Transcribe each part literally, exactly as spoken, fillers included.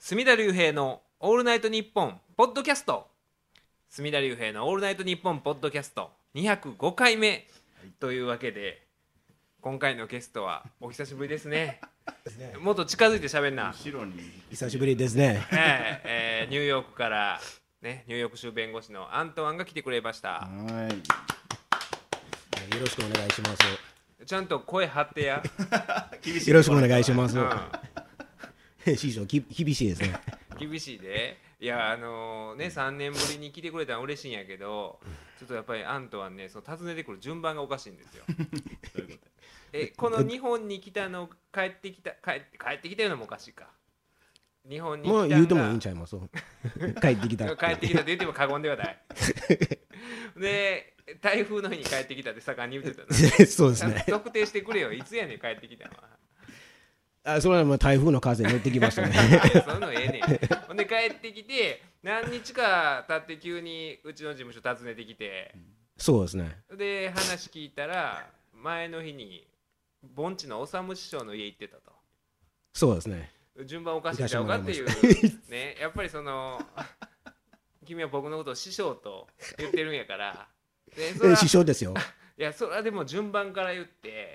隅田隆平のオールナイトニッポンポッドキャスト。隅田隆平のオールナイトニッポンポッドキャストにひゃくごかいめというわけで、今回のゲストはお久しぶりですね。もっと近づいて喋んな。 後ろに久しぶりですね。 えーえー、ニューヨークからね、ニューヨーク州弁護士のアントワンが来てくれました。 はいよろしくお願いします。 ちゃんと声張ってや。 厳しいよろしくお願いします。 うん師匠き厳しいですね。 厳しいで。いやあのー、ねさんねんぶりに来てくれたの嬉しいんやけど、ちょっとやっぱりアントはね、その訪ねてくる順番がおかしいんですよ。えこの日本に来たの帰ってきた帰って帰ってきたようなもおかしいか。日本に来たもう言うてもいいんちゃいます。帰ってきた。 帰ってきたって言っても過言ではない。で台風の日に帰ってきたって盛んに言ってたな。 そうですね。 特定してくれよ、いつやねん帰ってきたのは。 あ、それはもう台風の風に乗ってきましたね。 そういうのええねん。ほんで帰ってきて何日か経って急にうちの事務所訪ねてきて、 そうですね。 で話聞いたら前の日に盆地のおさむ師匠の家行ってたと。 そうですね。 順番おかしいんちゃうかっていうね。やっぱりその君は僕のことを師匠と言ってるんやからでそら師匠ですよ。 いやそれはでも順番から言って、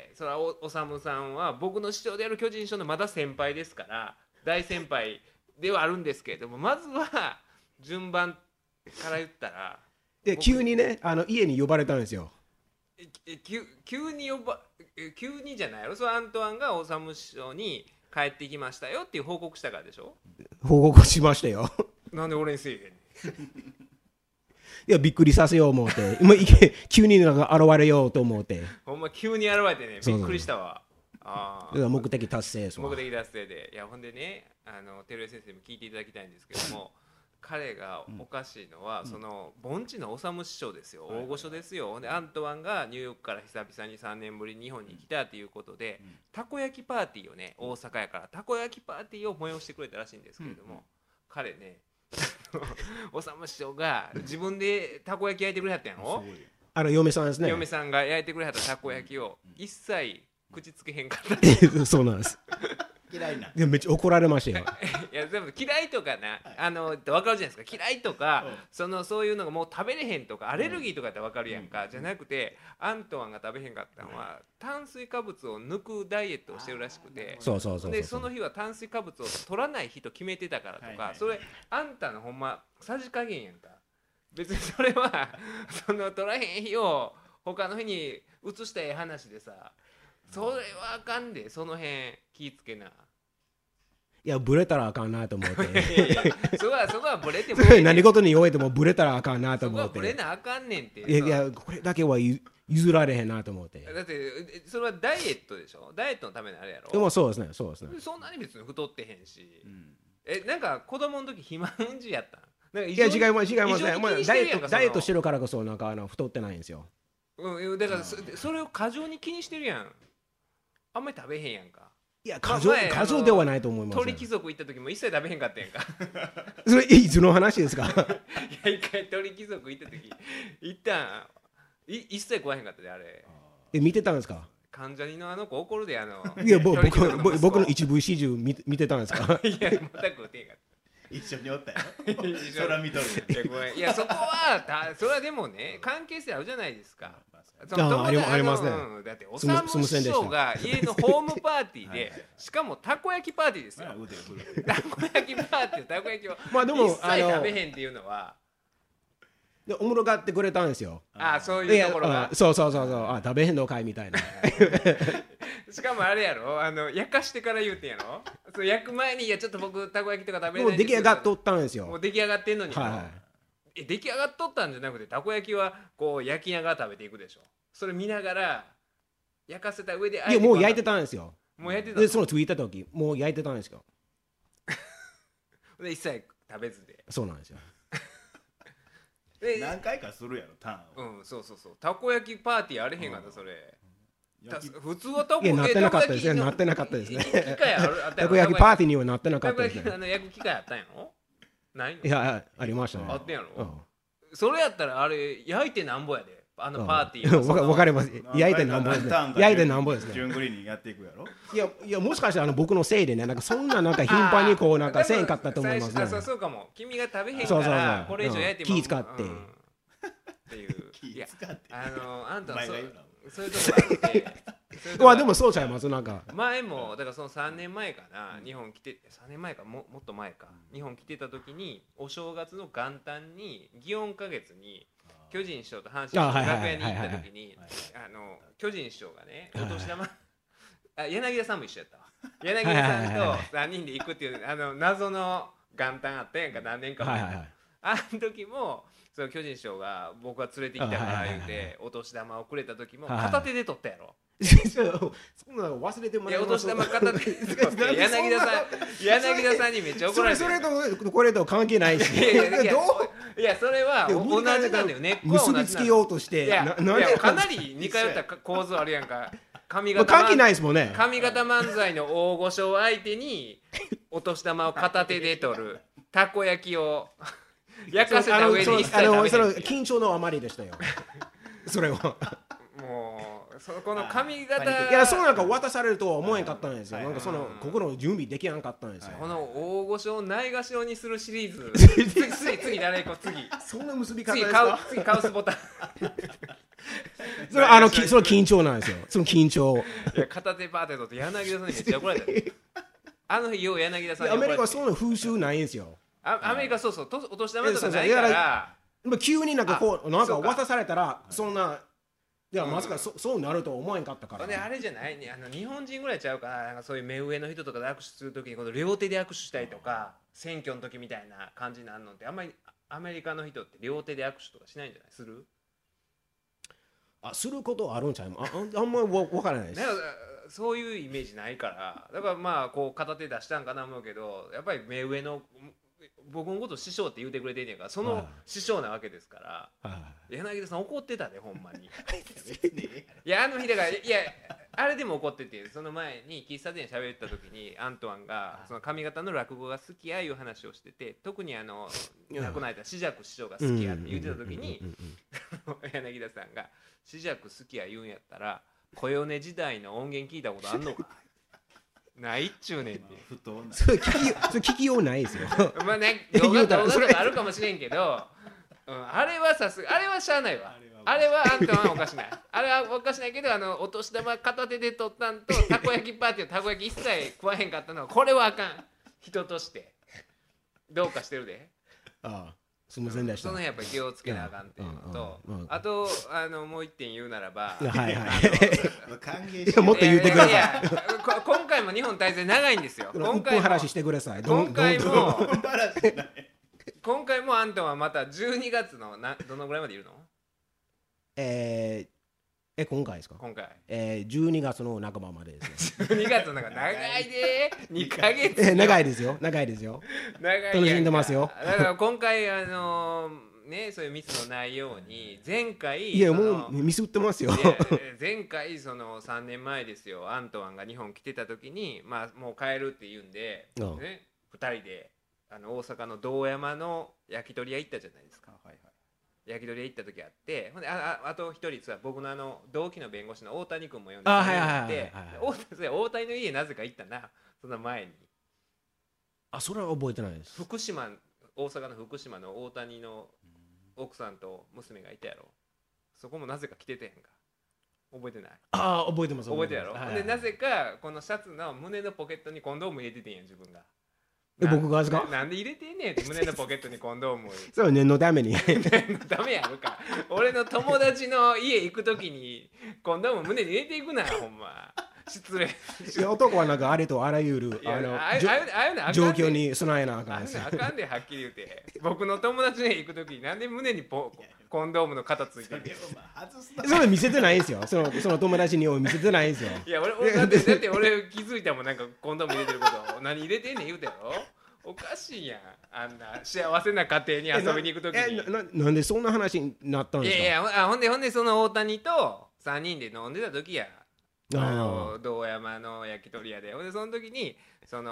それは お, おさむさんは僕の師匠である巨人師匠のまだ先輩ですから大先輩ではあるんですけれども、まずは順番から言ったらで急にね、あの家に呼ばれたんですよ。 ええ急急に呼ばえ急にじゃないやろ。それアントワンがおさむ師匠に帰ってきましたよっていう報告したからでしょ。 報告しましたよ。 なんで俺にせえへんねん。 いやびっくりさせよう思って今いけ急になんか現れようと思ってほんま急に現れてね、びっくりしたわ。あだから目的達成ですわ。 目的達成で。いやほんでね、あの照江先生にも聞いていただきたいんですけども、彼がおかしいのは、うん、その盆地のおさむ師匠ですよ、大御所ですよ。でアントワンがニューヨークから久々にさんねんぶりに日本に来たということで、うん、たこ焼きパーティーをね、大阪やからたこ焼きパーティーを催してくれたらしいんですけれども、うん、彼ねおさむ師匠が自分でたこ焼き焼いてくれはったんやろ。 あの嫁さんですね。 嫁さんが焼いてくれはったたこ焼きを一切口つけへんかったそうなんです。 嫌いな。 でもめっちゃ怒られましたよ。 いやでも嫌いとかな、あの分かるじゃないですか。嫌いとか、うん、そのそういうのがもう食べれへんとかアレルギーとかって分かるやんか、うん、じゃなくてアントワンが食べへんかったのは、うん、炭水化物を抜くダイエットをしてるらしくて、 そうそうそうそう。 でその日は炭水化物を取らない日と決めてたからとか、はいはいはい、それあんたのほんまさじ加減やんか。別にそれはその取らへん日を他の日に移したい話でさ、それはあかんで。その辺気ぃつけな。 いやブレたらあかんなと思っていやいやそこはそこはブレてもいい何事に弱いてもブレたらあかんなと思って。 そこはブレなあかんねんって。 いやいやこれだけは譲られへんなと思って。 だってそれはダイエットでしょ。ダイエットのためのあれやろ。 でもそうですね、そうですね。 そんなに別に太ってへんし、うん、えなんか子供の時肥満児やったん。なんかいや違います違いますね。もうダイエットダイエットしてるからこそなんかあの太ってないんですよ。 うん、だから そ, それを過剰に気にしてるやん。あんまり食べへんやんか。 いや過剰、まあ、過剰ではないと思います。 鳥貴族行った時も一切食べへんかったやんか。 それいつの話ですか。いや一回鳥貴族行った時一旦い一切食わへんかったであれ。 え見てたんですか。 関ジャニのあの子怒るであの。 いや僕僕僕の一部始終 見, 見てたんですか。 いや全く食うてへんかった。 一緒におったよ。そら見とる。 いやごめん。いやそこはたそれはでもね関係性あるじゃないですか。 あありますね。 うん、だっておさむ師匠が家のホームパーティーではい、しかもたこ焼きパーティーですよ。たこ焼きパーティーたこ焼きをまあでも一切食べへんっていうのは。 でおもろがってくれたんですよ。 ああそういうところが。 そうそうそうそう。あ食べへんのかいみたいな。 しかもあれやろ、あの焼かしてから言うてんやろ。そう焼く前にいやちょっと僕たこ焼きとか食べれないんです。 もう出来上がっとったんですよ。 もう出来上がってんのに。 はいはい。 え出来上がっとったんじゃなくてたこ焼きはこう焼きながら食べていくでしょ。それ見ながら焼かせた上でいやもう焼いてたんですよ。 もう焼いてた。 でその着いた時もう焼いてたんですよ。 で一切食べずで。 そうなんですよ。 何回かするやろターンを。うんそうそうそう。たこ焼きパーティーあれへんかったそれ。普通はたこ焼きなってなかったですね。なってなかったですね。 機会ある。 たこ焼きパーティーにはなってなかったですね。 たこ焼きあの焼く機会あったんやろ。ないの。 いやありましたね。 あってんやろ。それやったらあれ焼いてなんぼやで。 あのパーティーのそのわかります。焼いてなんぼですね。焼いてなんぼですね。 順繰りにやっていくやろ。 いやいや、もしかしたらあの僕のせいでね、なんかそんななんか頻繁にこうなんかせんかったと思いますね。 そうそうかも。君が食べへんかそうそうらそうこれ以上焼いても気使ってっていう。 気いや使ってあのあんたはそうお前が言うなそういうとこがあって。そういうとこがまあでもそうちゃいますなんか。 前もだからそのさんねんまえかな、日本来てさんねんまえかももっと前か、日本来てた時にお正月の元旦に祇園花月に巨人師匠と阪神の楽屋に行った時にあの巨人師匠がねお年玉あ柳田さんも一緒やったわ柳田さんとさんにんで行くっていうあの謎の元旦あったやんか何年か前、あの時もその巨人師匠が僕が連れてきたから言うてお年玉をくれた時も片手で取ったやろ。 そんなの忘れてもらえお年玉片手で取って柳田さん柳田さんにめっちゃ怒られてそれそれとこれと関係ないし。 いやいやいやどいやそれは同じなんだよね。 結びつけようとしていやないやかなり似通った構図あるやんか。髪型関係ないですもんね。 上方漫才の大御所を相手にお年玉を片手で取るたこ焼きを焼かせた上で一切食べへんあのその緊張のあまりでしたよ。それは。 もうそこの髪型いやそうなんか渡されるとは思えんかったんですよ。なんかその心の準備できなかったんですよ。 この大御所をないがしろにするシリーズ次次次誰行こう次そんな結び方で次買うすか。 次買うスボタンそれあのきその緊張なんですよ。その緊張。 いや片手パーティーと柳田さんにめっちゃ怒られたよあの日よう柳田さんにアメリカは怒られてそんな風習ないんですよ。 あアメリカそうそうとお年玉とかそうそうないかいやら今急になんかこうなんかそうか渡されたらそんないやまさかそそうなるとは思えんかったから。 ほんであれじゃないねあの日本人ぐらいちゃうかな、なんかそういう目上の人とかで握手するときにこの両手で握手したりとか選挙の時みたいな感じになるのってあんまりアメリカの人って両手で握手とかしないんじゃないするあすることはあるんちゃうあああんまりわ分からないです。 なんかそういうイメージないからだからまあこう片手出したんかな思うけどやっぱり目上の僕のこと師匠って言うてくれてんねんからその師匠なわけですから、はい、柳田さん怒ってたでほんまにいやあの日だからいやあれでも怒っててその前に喫茶店で喋った時にアントワンがその髪型の落語が好きやいう話をしてて特にあの亡くなった紫尺師匠が好きやって言ってた時に柳田さんが紫尺好きや言うんやったら小米時代の音源聞いたことあんのかないっちゅうねんね。 それ聞きそれ聞きようないですよ。 まあね動画動画とかあるかもしれんけど、うん、あれはさすがあれはしゃあないわ。あれはあんたはおかしない。あれはおかしないけどあのお年玉片手で取ったんとたこ焼きパーティーのたこ焼き一切食わへんかったのはこれはあかん。人としてどうかしてるで。 ああすみませんでした。 その辺やっぱり気をつけなあかんっていうのと、あとあのもう一点言うならば、 はいはい。 歓迎してもっと言ってください。 いやいや今回も日本滞在長いんですよ。今回も話してください。 今回も今回もあんたはまたじゅうにがつのなどのぐらいまでいるの？ えー、え今回ですか？ 今回。 えー、じゅうにがつの半ばまでですね。 じゅうにがつの中長いでにかげつ。 長いですよ。長いですよ。 長い。 楽しんでますよ。 だから今回あのー、ねそういうミスのないように前回いやもうミスってますよ。 前回そのさんねんまえですよアントワンが日本来てた時にまあもう帰るって言うんで、ね、ふたりであの大阪の堂山の焼き鳥屋行ったじゃないですか。はいはい、焼き鳥屋行った時あってほんで あ, あ, あと一人は僕のあの同期の弁護士の大谷君も呼んであはいはいはい大谷の家なぜか行ったなその前に。 あそれは覚えてないです。 福島大阪の福島の大谷の奥さんと娘がいたやろ。そこもなぜか来ててへんか覚えてない？ ああ覚えてます覚えてやろ、はいはい、でなぜかこのシャツの胸のポケットにコンドーム入れててんや自分が。 え僕がですか？ なんで入れてんねんって胸のポケットにコンドームをそれは念のために念のためやるか。俺の友達の家行くときにコンドーム胸に入れていくなほんま失礼。 いや男はなんかあれとあらゆるあの状況に備えなあかんです。 あかんではっきり言うて僕の友達の家行くときになんで胸にポコンドームの型ついてる。 それ見せてないんですよ。そのその友達には見せてないんですよ。 いや俺俺だってだって俺気づいたもんなんかコンドーム入れてること何入れてんねん言うたやろ。おかしいやんあんな幸せな家庭に遊びに行くときに。 え な, な, なんでそんな話になったんですか？ いやいやほんでほんでその大谷とさんにんで飲んでた時やあの堂山の焼き鳥屋でほんでその時にその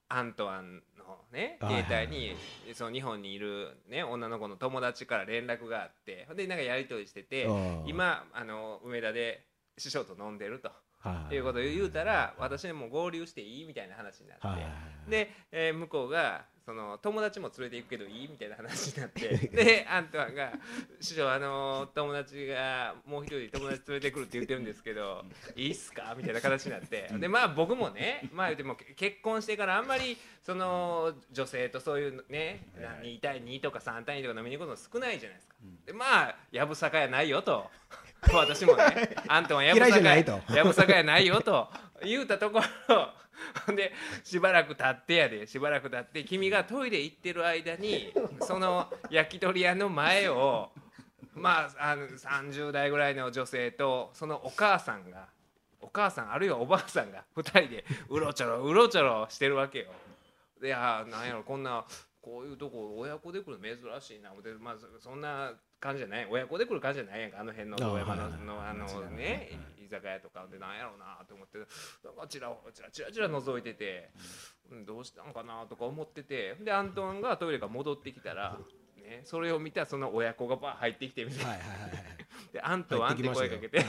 アントワンのねはい携帯にその日本にいるね女の子の友達から連絡があって、でなんかやり取りしてて、今あの梅田で師匠と飲んでると。っていうことを言うたら、私も合流していいみたいな話になって、で、えー、向こうがその友達も連れて行くけどいいみたいな話になってでアントワンが「師匠あの友達がもう一人友達連れてくるって言ってるんですけどいいっすか?」みたいな形になって、でまあ僕もね、まあ言っても結婚してからあんまりその女性とそういうねに対にとかさん対にとか飲みに行くの少ないじゃないですか。でまあやぶさかやないよと。私もね、あんたはやぶさかややぶさかやないよと言うたところで、しばらく経ってやでしばらく経って君がトイレ行ってる間にその焼き鳥屋の前をまあ、あのさんじゅう代ぐらいの女性とそのお母さんがお母さんあるいはおばあさんがふたりでうろちょろうろちょろしてるわけよ。で、あなんやろこんなこういうとこ親子で来る珍しいなで、まあ、そんな感じじゃない親子で来る感じじゃないやんか、あの辺の遠山のあのね居酒屋とかでなんやろうなと思ってなんかチラチラチラチラ覗いてて、うん、どうしたんかなとか思ってて、でアントワンがトイレから戻ってきたら、ね、それを見たその親子がバー入ってきてみたいな、はいはいはい、でアントワンって声かけて、はい、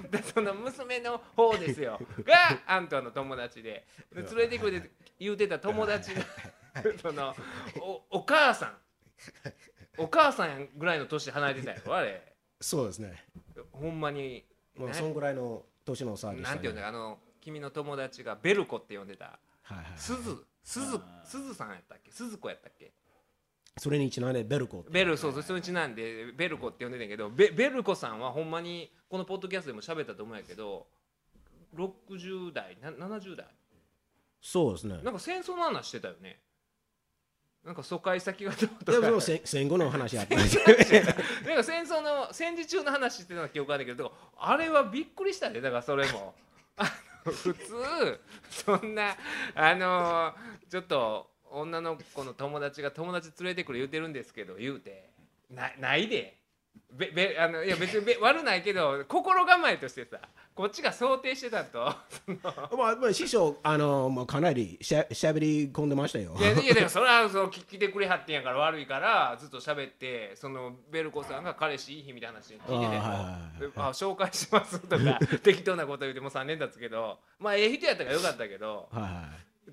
でその娘の方ですよがアントワンの友達で、で連れてくれて言うてた友達のその お, お母さんお母さんぐらいの年で離れてたやろあれ。 そうですね、 ほんまにもうそんぐらいの年の差でしたね。 なんていうんだあの君の友達がベルコって呼んでた、はいはい、すずすずすずさんやったっけ、すず子やったっけ、 それにちなんでベルコベルそうそうそれにちなんでベルコって呼んでたんやけど、ベベルコさんはほんまにこのポッドキャストでも喋ったと思うんやけどろくじゅう代なななじゅう代、 そうですね、 なんか戦争の話してたよね。なんか疎開先がどうとか、 でも戦戦後の話あったんですよなんか戦争の戦時中の話してたのは記憶あるんだけど、あれはびっくりしたね。だからそれもあの普通そんなあのちょっと女の子の友達が友達連れてくる言うてるんですけど言うて な, ないでべべあのいや別にべ悪ないけど心構えとしてさこっちが想定してたとそのまあ、まあ、師匠あの、まあ、かなりしゃしゃべり込んでましたよ。 いやいやでもそれはそう聞いてくれはってんやから悪いからずっと喋って、そのベルコさんが彼氏いい日みたいな話聞いててもあ紹介しますとか適当なこと言うてもうさんねん経つけど、まあええ人やったからよかったけど、はい、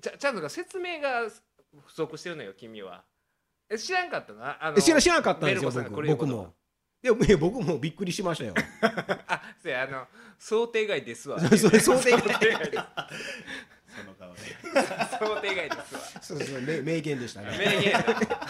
ち, ゃちゃんと説明が不足してるのよ君は。え知らんかったなあの知ら知らなかったんですよ僕, 僕も。いやいや僕もびっくりしましたよ。 あせやあの想定外ですわ。 それ想定外です。 その顔で想定外ですわ。 そうそう名名言でしたね。 名言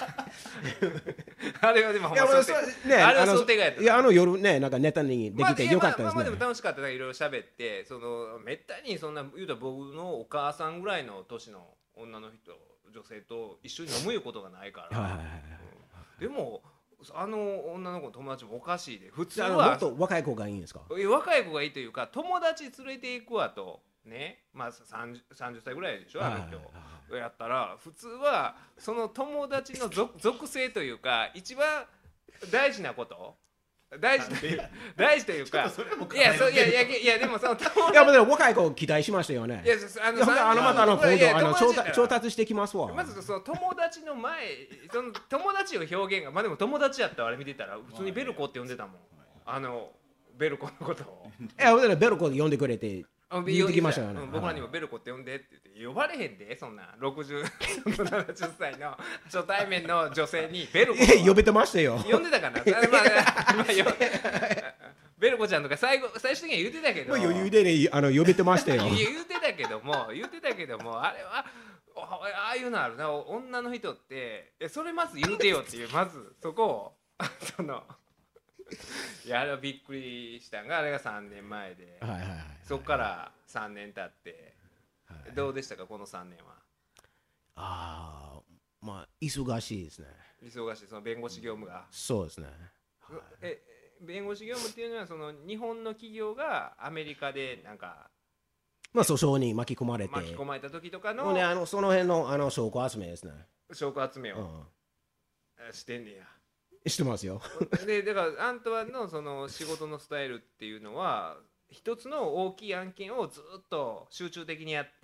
あれはでもほんま想定、ね、あれは想定外やった。 いやあの夜ねなんかネタにできてよかったですね。まあまあでも楽しかったね、いろいろ喋って、そのめったにそんな言うたら僕のお母さんぐらいの年の女の人女性と一緒に飲むいうことがないから。はいはいはい、うん、でもあの女の子の友達もおかしいで、普通はもっと若い子がいいんですか。 若い子がいいというか友達連れていくわとね、まあ 30, さんじゅっさいぐらいでしょあの人やったら、普通はその友達の属性というか一番大事なこと大事大事というかいやそいやいやいやでもそのいやでも若い子期待しましたよね。 いやあのあのまたあの今度あの調達調達してきますわ。 まずその友達の前その友達を表現がまあでも友達やったらあれ見てたら普通にベルコって呼んでたもん、あのベルコのことを。 いやベルコで呼んでくれて言ってきましたよね。 僕らにもベルコって呼んでって言って呼ばれへんで、そんなろくじゅう、ななじゅっさいの初対面の女性にベルコ呼べてましたよ。 呼んでたかな、まあまあ、ベルコちゃんとか最後最終的には言ってたけど、 余裕でねあの呼べてましたよ。 言ってたけども言ってたけどもあれはああいうのあるな、女の人ってそれまず言うてよっていう、まずそこをそのいやあれはびっくりしたんがあれがさんねんまえで、はいはいはいはい、そこからさんねん経って、はいはい、どうでしたかこのさんねんは。 ああまあ忙しいですね。 忙しい、その弁護士業務が。 そうですね、 はい、え弁護士業務っていうのはその日本の企業がアメリカでなんかまあ訴訟に巻き込まれて巻き込まれた時とかの、 ね、あのその辺のあの証拠集めですね。 証拠集めを、うん、してんねや。 してますよ。 でだからアントワンのその仕事のスタイルっていうのは一つの大きい案件をずっと集中的にやって、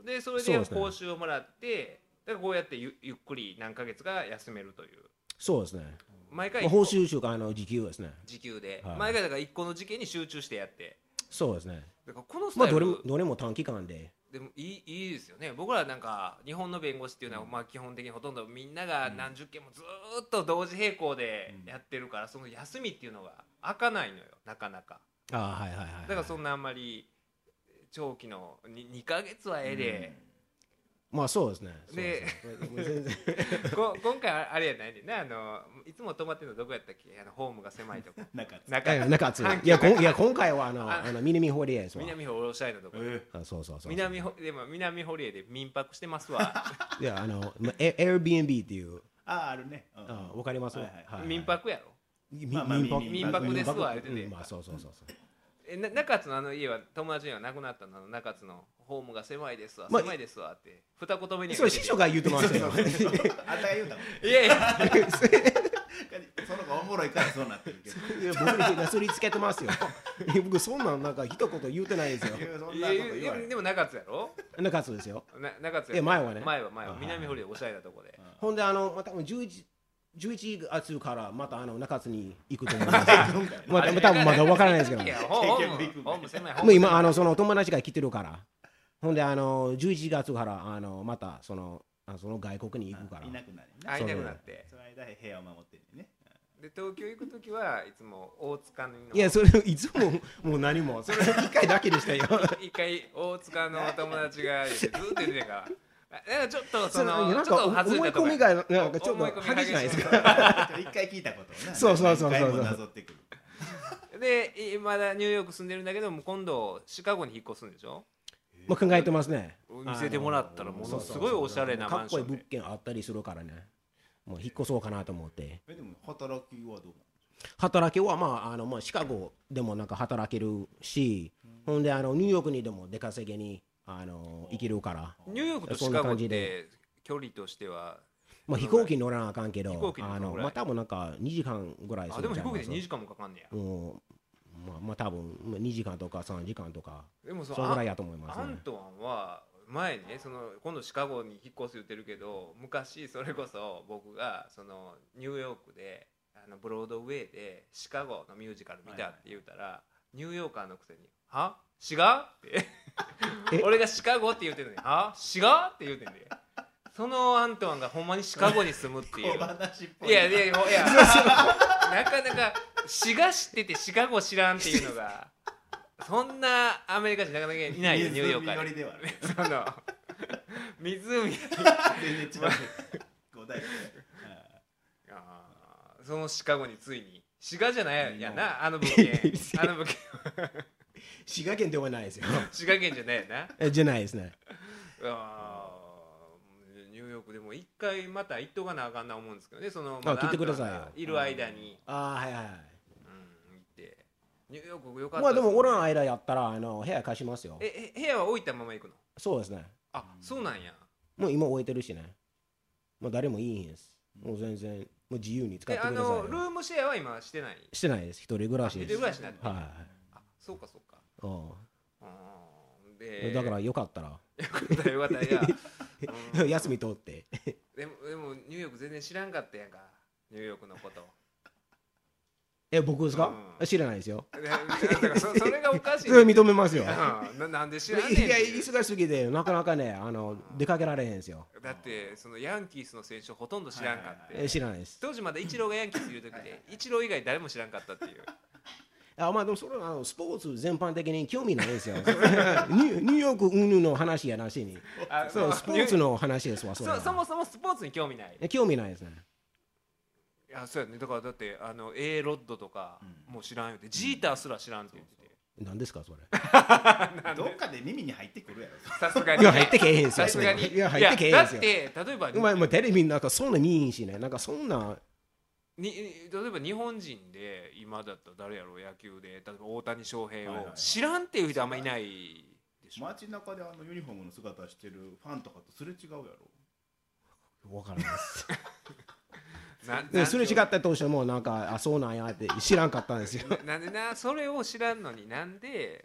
でそれでそうですね報酬をもらってだからこうやってゆゆっくり何ヶ月か休めるというそうですね。 毎回まあ報酬週間の時給ですね。 時給で、 はい毎回だから一個の事件に集中してやってそうですね。 だからこのスまあタイル、 どれもどれも短期間で。 でもいいいいですよね。僕らなんか日本の弁護士っていうのは、まあ基本的にほとんどみんなが何十件もずーっと同時並行でやってるから、その休みっていうのが開かないのよなかなか。 ああはいはいはい。 だからそんなあんまり長期の に, にかげつはええで、 まあそうですね。 でそうですねもう全然こ今回あれやないねんな、あのいつも泊まってるのどこやったっけ、あのホームが狭いとこなんか中いや中津阪急いやこんいや今回はあのああの南堀江ですわ。 南堀江のとこ、 えあそうそうそう。 南ほでも南堀江で民泊してますわいやあのまあエ Airbnb っていうああるね。うんあわかります。 はいはいはい民泊やろ。 みまあまあ民泊民泊ですわ民泊言うててうんまあそうそうそうそう。 えな中津のあの家は友達には亡くなったの、あの中津のホームが狭いですわ、 まあ狭いですわって二言目にそれ師匠が言ってましたよ。 あんたが言うたもん。 いやいやその子おもろいからそうなってるけど。 いや僕になすりつけてますよ。いや僕そんなんなんか一言言うてないですよい。やそんいなやいやこと言われでも中津やろ、 中津ですよ。 な中津やろいや前はね前は前はあ南堀江おしゃれなとこでほんであのまたじゅういち じゅういちがつからまたあの中津に行くと思います。まあ多分まだわからないですけど。 いやホホーム経験で行くんだホーム狭いホーもうム今あのその友達が来てるから。ほんであのじゅういちがつからあのまたそのあその外国に行くからい。なくなるね。 会いたくなってその間部屋を守ってるね。 で東京行くときはいつも大塚のいやそれいつももう何もそれ一回だけでしたよ。 一回大塚の友達が言ってずっと言ってたからなんかちょっとそそのなんかのちょっと外思いれたとこ込みがなんかちょっと思い込み激しないですか。 ちょ一回聞いたことをな。 そうそうそうそう何回もなぞってくる。 でまだニューヨーク住んでるんだけども今度シカゴに引っ越すんでしょ。 まあ考えてますね。 見せてもらったらものすごいおしゃれなマンションかっこいい物で件あったりするからね。もう引っ越そうかなと思って。 えでも働きはどう働きはまああのまあシカゴでもなんか働けるし、ほんであのニューヨークにでも出稼ぎにあの行けるから。 ニューヨークとそシカゴっんな感じでて距離としてはまあ飛行機乗らなあかんけど飛行機、にあのどのぐらいまあ多分なんかにじかんぐらいすあでも飛るんちゃいます行機でにじかんもかかんねや。 うんまあまあ多分まあにじかんとかさんじかんとかでもそそれぐらいやと思いますね。 アントワンは前にねその今度シカゴに引っ越す言ってるけど昔それこそ僕がそのニューヨークであのブロードウェイでシカゴのミュージカル見たって言うたら、ニューヨーカーのくせに「はシガってえ俺がシカゴって言ってるのに「はシガって言うてんでそのアントワンがほんまにシカゴに住むっていう小話っぽい。 いやいやいやなかなかシガ知っててシカゴ知らんっていうのがそんなアメリカ人なかなかいないよニューヨーカーで湖寄りではあるその湖全然違う。五代あーそのシカゴについにシガじゃないやなあの物件あの物件滋賀県ではないですよ。 シガ県じゃないやなえじゃないですね。 あーニューヨークでも一回また行っとかなあかんな思うんですけどねそのあ聞いてくださいよアントワンがいる間に、 ああはいはいはい。 うん、行ってニューヨークよかったまあでも俺のの間やったらあの部屋貸しますよ。 ええ部屋は置いたまま行くのそうですね。 あそうなんやもう今置いてるしね。もう誰もいいんです。もう全然もう自由に使っえあてくださいよ。 のルームシェアは今してないしてないです。一人暮らし一です。 人暮らしになってはいあそうかそうかはうんい。 でだからよかったらよかったよかったいや、うん休み取って。 でもでもニューヨーク全然知らんかったやんかニューヨークのことえ僕ですか？ うん知らないですよ。 でだからそそれがおかしいそれ認めますよ。 うんななんで知らんねんっいてや忙しすぎてなかなかねあの出かけられへんですよ。 だってそのヤンキースの選手ほとんど知らんかって、 え知らないです。 当時まだイチローがヤンキースいる時でイチロー以外誰も知らんかったっていうあまあでもそれはあのスポーツ全般的に興味ないですよ。ニュニューヨーク云々の話やなしに。 あそうスポーツの話ですわそれは。 そそもそもスポーツに興味ないえ興味ないですね。 いやそうやねだからだってあの A ロッドとかもう知らんよって、ジーターすら知らんって言ってて何ですかそれ。 どっかで耳に入ってくるやろ。 さすがにいや入ってけえへんすよ。 さすがにいや入ってけえへんすよ。 だって例えばお前もうテレビなんかそんな見えんしねなんかそんなに例えば日本人で今だったら誰やろう野球で例えば大谷翔平をはいはいはい知らんっていう人あんまいないでしょ、 街中であのユニフォームの姿してるファンとかとすれ違うやろ。 わからないです。 なですれ違ったとしてもなんかあそうなんやって知らんかったんですよ。 ななんでなそれを知らんのになんで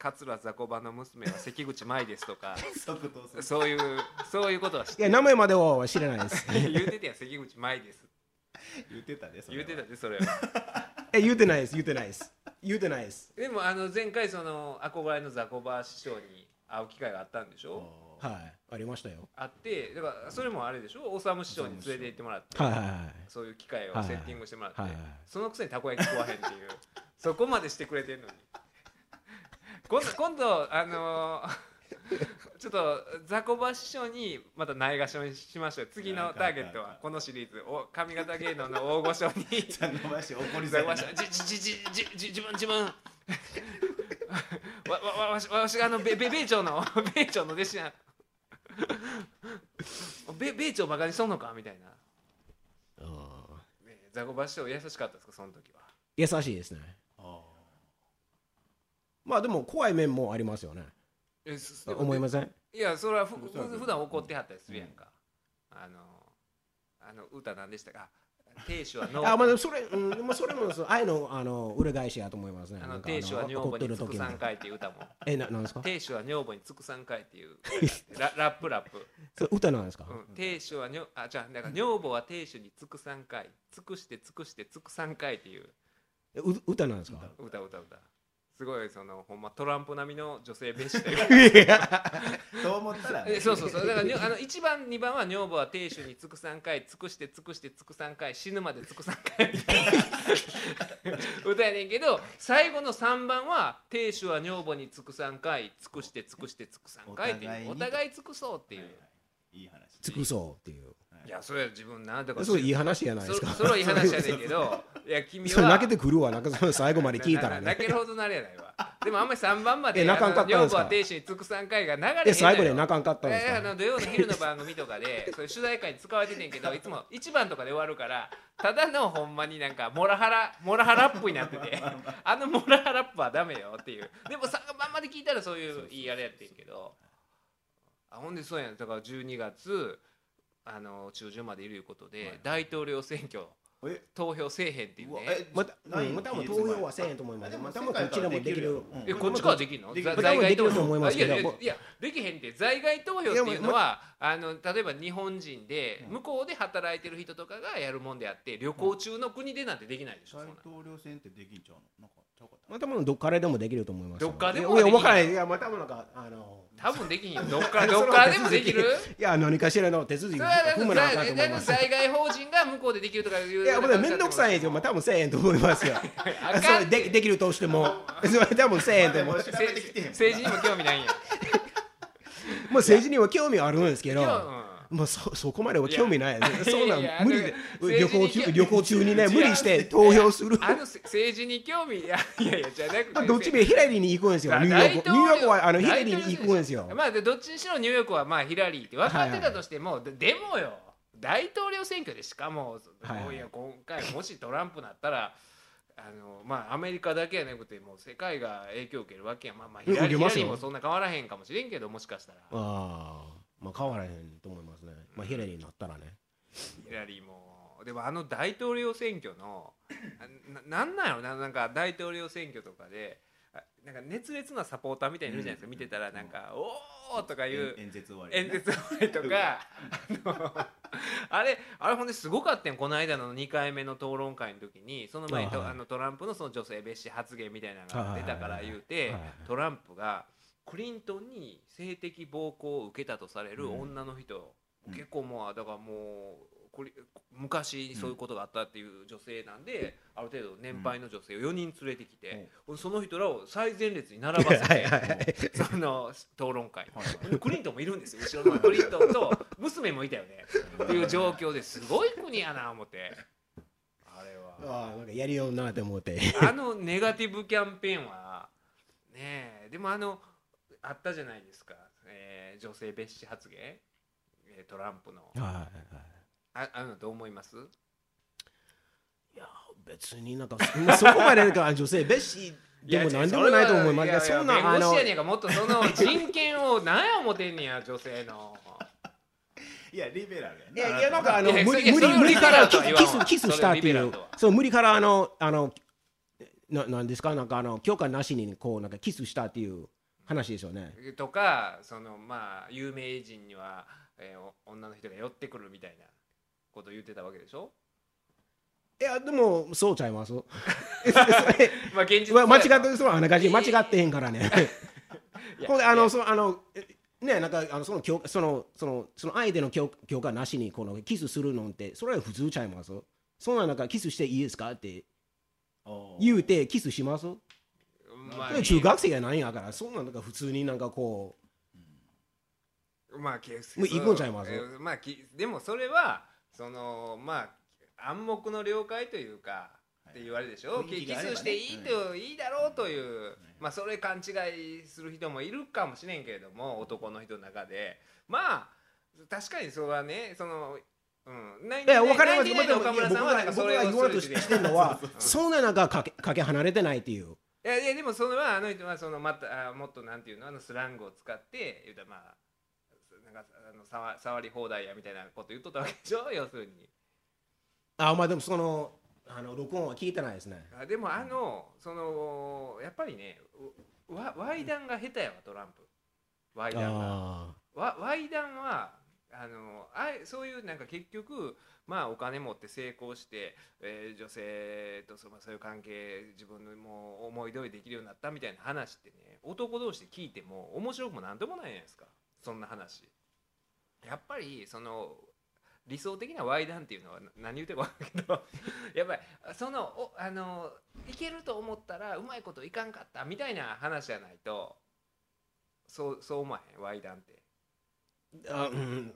桂ザコバの娘は関口舞ですとか即答する。 そういうそういうことは知っていや名前までは知らないです言うてたやん関口舞です言ってたね。それは言うてたでそれはえ言うてないです言うてないです言うてないですでもあの前回その憧れのザコバ師匠に会う機会があったんでしょあはいありましたよあってだからそれもあれでしょオサム師匠に連れて行ってもらってはいはいはいそういう機会をはいセッティングしてもらって、 はいはいそのくせにたこ焼き食わへんっていうそこまでしてくれてるのに今度今度あのーちょっとザコバ師匠にまたないがしろにしましょう次のターゲットはこのシリーズお上方芸能の大御所にあ。ザコバ師匠怒りザコバそうやな。 師匠じじじじじ自分自分わわわわしわしがあのべべ米朝の米朝の弟子やべ米朝バカにしとんのかみたいな、 あーね、ザコバ師匠優しかったですかその時は。 優しいですねあまあでも怖い面もありますよねえす思いませんいやそれはふそうそうふ普段怒ってはったりするやんか、あのあの歌なんでしたか亭主はノあまあでもそれうんでもそれもそう愛のあの裏返しやと思いますねあなんかの亭主は女怒房につくってる時もさんかいっていう歌もえななんですか亭主は女房につくさんかいっていうララップラップ、 それ歌なんですかうん、亭主は女あじゃあだから女房は亭主につくさんかい尽くして尽くしてつくさんかいっていうえう歌なんですか歌歌歌すごいそのほんまトランプ並みの女性蔑視というかと思ったらね。 えそうそうそうだからにあのいちばんにばんは女房は亭主につくさんかい尽くして尽くして尽くさんかい死ぬまで尽くさんかいみたいな歌やねんけど最後のさんばんは亭主は女房に尽くさんかい尽くして尽くして尽くさんかいっていうおお互いに互い尽くそうっていう、 いい話。 尽くそうっていういやそれは自分なんとかそれいい話じゃないですかそそれはいい話やねんけどいや君それは泣けてくるわなんかその最後まで聞いたらななね泣けるほどなるやないわでもあんまりさんばんまでえ泣かんかったんですかあの女房は亭主に尽くさんかいが流れへんのよえ最後で泣かんかったんですかえーあの土曜の昼の番組とかでそういう取材会に使われててんけどいつもいちばんとかで終わるからただのほんまになんかモラハラモラハラップになっててあのモラハラップはダメよっていうでもさんばんまで聞いたらそういういいあれやってんけどあほんでそうやんだからじゅうにがつあの中旬までいるいうことで、 はい大統領選挙え投票せえへんっていうねうわえまたないうんまた多分投票はせえへんと思いますでもまた多分こっちでもできるうんえこっちからできるのできるざ在外投できると思いますけどあいやいやいやできへんって在外投票っていうのはあの例えば日本人でうん向こうで働いてる人とかがやるもんであって旅行中の国でなんてできないでしょそん大な統領選ってできんちゃうの？なんかちゃうかった。 まあ多分どっからでもできると思いますよどっからでもいやできる分からないいやまあ多分なんかあの多分できひんよどっからどっからでもできるいや何かしらの手続きそれはだ踏むなあかんと思いからます在外法人が向こうでできるとかいういや、僕めんどくさいんですよ。まあ、多分せえへんと思いますよ。 あかんそれでできるとしても、それ多分せえへんと思う。もう調べてきてへんもんな政治にも興味ないんや政治には興味あるんですけど、 今日うんもうそそこまでは興味ないです。 いやそんなんいやいや無理であの旅行政治に中旅行中にね違う無理して投票する。 あのせ政治に興味いやいやいやじゃなくてどっちもヒラリーに行くんですよ。ニューヨーク。ニューヨークはあのヒラリーに行くんですよ。 まあでどっちにしろニューヨークはまあヒラリーって分かってたとしても、ででもよ大統領選挙でしかも、 はいはいいや今回もしトランプなったらあのまあアメリカだけやなくてもう世界が影響を受けるわけやまあまあヒラリーヒラ受けますよリーもそんな変わらへんかもしれんけどもしかしたらああ、まあ変わらへんと思いますね。まあヒラリーになったらね。 ヒラリーもでもあの大統領選挙のななんなんやろななんか大統領選挙とかであなんか熱烈なサポーターみたいにいるじゃないですか、見てたらなんか「おー!」とかいう演説終わり演説終わりとかあのあれあれほんですごかったんこの間のにかいめの討論会の時にその前にとあはいあのトランプのその女性蔑視発言みたいなのが出たから言うてはいはいはいトランプがクリントンに性的暴行を受けたとされる女の人、 うん結構もうだからもうこれ昔そういうことがあったっていう女性なんで、ある程度年配の女性をよにん連れてきて、その人らを最前列に並ばせはいはいはいてその討論会はいにクリントンもいるんですよ後ろのクリントンと娘もいたよねっていう状況ですごい国やな思ってあれはああ、なんかやりようなって思って。 あのネガティブキャンペーンはねえでもあのあったじゃないですか、えー女性蔑視発言えートランプのはいはいはい。 ああのどう思いますいや別になんかそそこまでなんか女性蔑視でも何でもないと思いますが、そんなあの弁護士やねんがもっとその人権を何や思ってんねや女性のいやリベラルやねいやいやなんかあのいや無理無それ理無理からキそれはリベラルとは言わんわスキスキスしたっていうそれはリベラルとはそう無理からあのあのななんですか、なんかあの許可なしにこうなんかキスしたっていう話ですよね。 とかそのまあ有名人には、えーお女の人が寄ってくるみたいなことを言ってたわけでしょ。 いやでもそうちゃいます。 まあ現実ま間違ってるる人はあながち間違ってへんからね。ほんであのそのあのねなんかあのその許そのそのその相手の許許可なしにこのキスするのってそれは普通ちゃいます。そんななんかキスしていいですかって言うてキスします。 まあ、 中学生やないんやからそんなんなんか普通になんかこうまあケースもう行くんちゃいます。 えーまあきでもそれはそのまあ暗黙の了解というかって言われるでしょ、 雰囲気キがあればねスしていいと、いいだろうという、まあそれ勘違いする人もいるかもしれんけれども、男の人の中でまあ確かにそれはねそのうん、 いや分かりますけど、 で岡村さんはなんか僕それをが言わんとしてるのはうんそんななんかかけかけ離れてないっていう。 いやいやでもそれはあの人はそのまたあもっとなんていうのあのスラングを使って言うたらまあなんかあの触触り放題やみたいなこと言っとったわけでしょ要するに。 あまあでもそのあの録音は聞いてないですね。 あでもあのそのやっぱりねわワイダンが下手やわトランプ。ワイダンが。 あわワイダンはあのあそういうなんか結局まあお金持って成功して、えー、女性とそのそういう関係自分のもう思い通りできるようになったみたいな話ってね男同士で聞いても面白くもなんともないじゃないですかそんな話。やっぱりその理想的なワイダンっていうのは何言うてるか分からんけどやっぱりそのおあのいけると思ったらうまいこといかんかったみたいな話じゃないとそうそう思わへんワイダンって。 あうん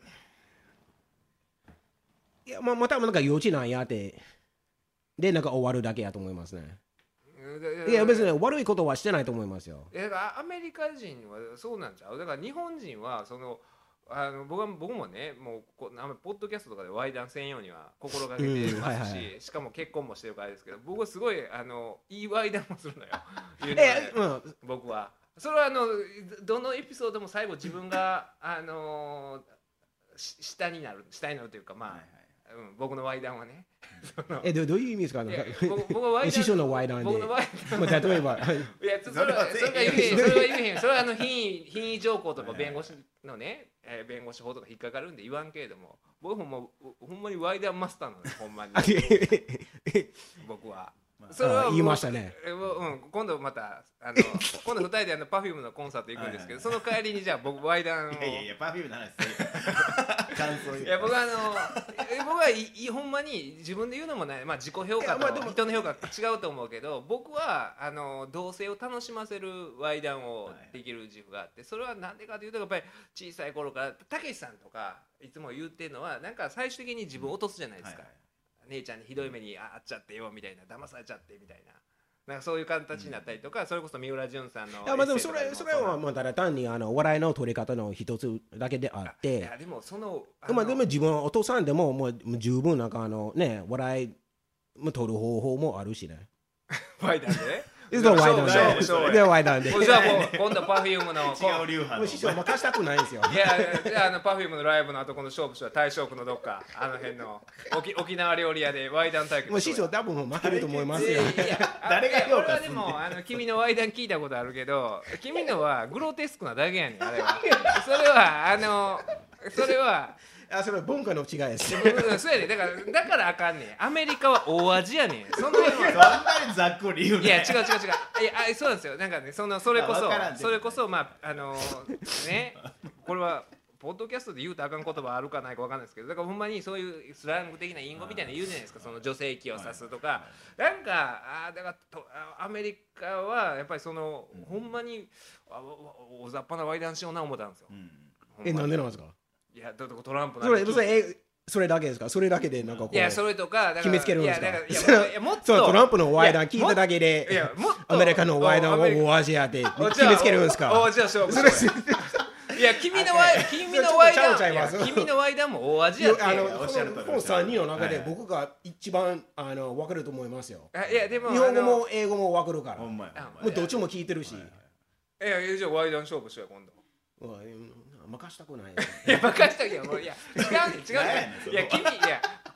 いやまあまたなんか幼稚なんやってでなんか終わるだけやと思いますね。いや別に悪いことはしてないと思いますよ。 だからアメリカ人はそうなんちゃう。だから日本人はそのあの僕は僕もねもうこあんまりポッドキャストとかでワイダン専用には心がけてますし、 うんはいはい、 しかも結婚もしてるからですけど僕はすごいあのいいワイダンをするのよ言うのえ、うん、 僕はそれはあのどのエピソードも最後自分があの下になる下になるというかまあ、はいはいうん、僕のワイダンはねえどどういう意味ですか。 僕はワイダン師匠のワイダンで僕のワイダンまあ例えばいやそれはそれが言えへんそれは言えへんそれはあの品位品位条項とか弁護士のね、えー、弁護士法とか引っかかるんで言わんけれども僕ももうほんまにワイダンマスターなのよほんまに僕は。 それは言いましたね。 うん、今度またあの今度ふたりであの パフューム のコンサート行くんですけどその帰りにじゃあ僕ワイダンをいやいやいや パフューム の話する感想言ういや僕はあの僕はいいほんまに自分で言うのもない、まあ、自己評価と人の評価違うと思うけど僕はあの同性を楽しませるワイダンをできる自負があってそれはなんでかというとやっぱり小さい頃からたけしさんとかいつも言ってるのはなんか最終的に自分を落とすじゃないですか、はいはい姉ちゃんにひどい目にあっちゃってよみたいな騙されちゃってみたいななんかそういう形になったりとか、うん、それこそ三浦淳さんのいやまあでもそれそれはまあただ単にあの笑いの取り方の一つだけであっていやでもそのまあでも自分お父さんでももう十分なんかあのね笑いも取る方法もあるしねワイダンでねそうワイダンででワイダンでじゃあもう今度 パフューム の違う流派の師匠任したくないんですよいやじゃああの パフューム のライブの後この勝負しは大正区のどっかあの辺の沖沖縄料理屋でワイダン対決もう師匠多分もう負けると思いますよ誰が評価する俺はでもあの君のワイダン聞いたことあるけど君のはグロテスクなだけやねんあれはそれはあのそれはあそれは文化の違いですそうやねだからだからあかんねんアメリカは大味やねんそんなそんなにざっくり言うねいや違う違う違ういやあそうなんですよなんかねそのそれこそそれこそまああのねこれはポッドキャストで言うとあかん言葉あるかないかわかんないですけどだからほんまにそういうスラング的な隠語みたいな言うじゃないですかその女性器を指すとかなんかあだからとアメリカはやっぱりそのほんまにあ大雑把なワイダンしような思ったんですよ、うんえなんでなんですかいやだトランプそれそれえそれだけですかそれだけでなんかこういやそれとか決めつけるんですかいやいやいやもっとそうトランプのワイダン聞いただけでいやもっとアメリカのワイダンを大味やって決めつけるんですかおじゃあ勝負しよういや君のワイ君のワイダンいや君のワイダンも大味やってあのおっしゃるとこのさんにんの中で僕が一番あの分かると思いますよいやでも日本語も英語も分かるからほんまやもうどっちも聞いてるしいやいやじゃあワイダン勝負しよう今度任したくないいや任したくないいや違うね違うねいや君いや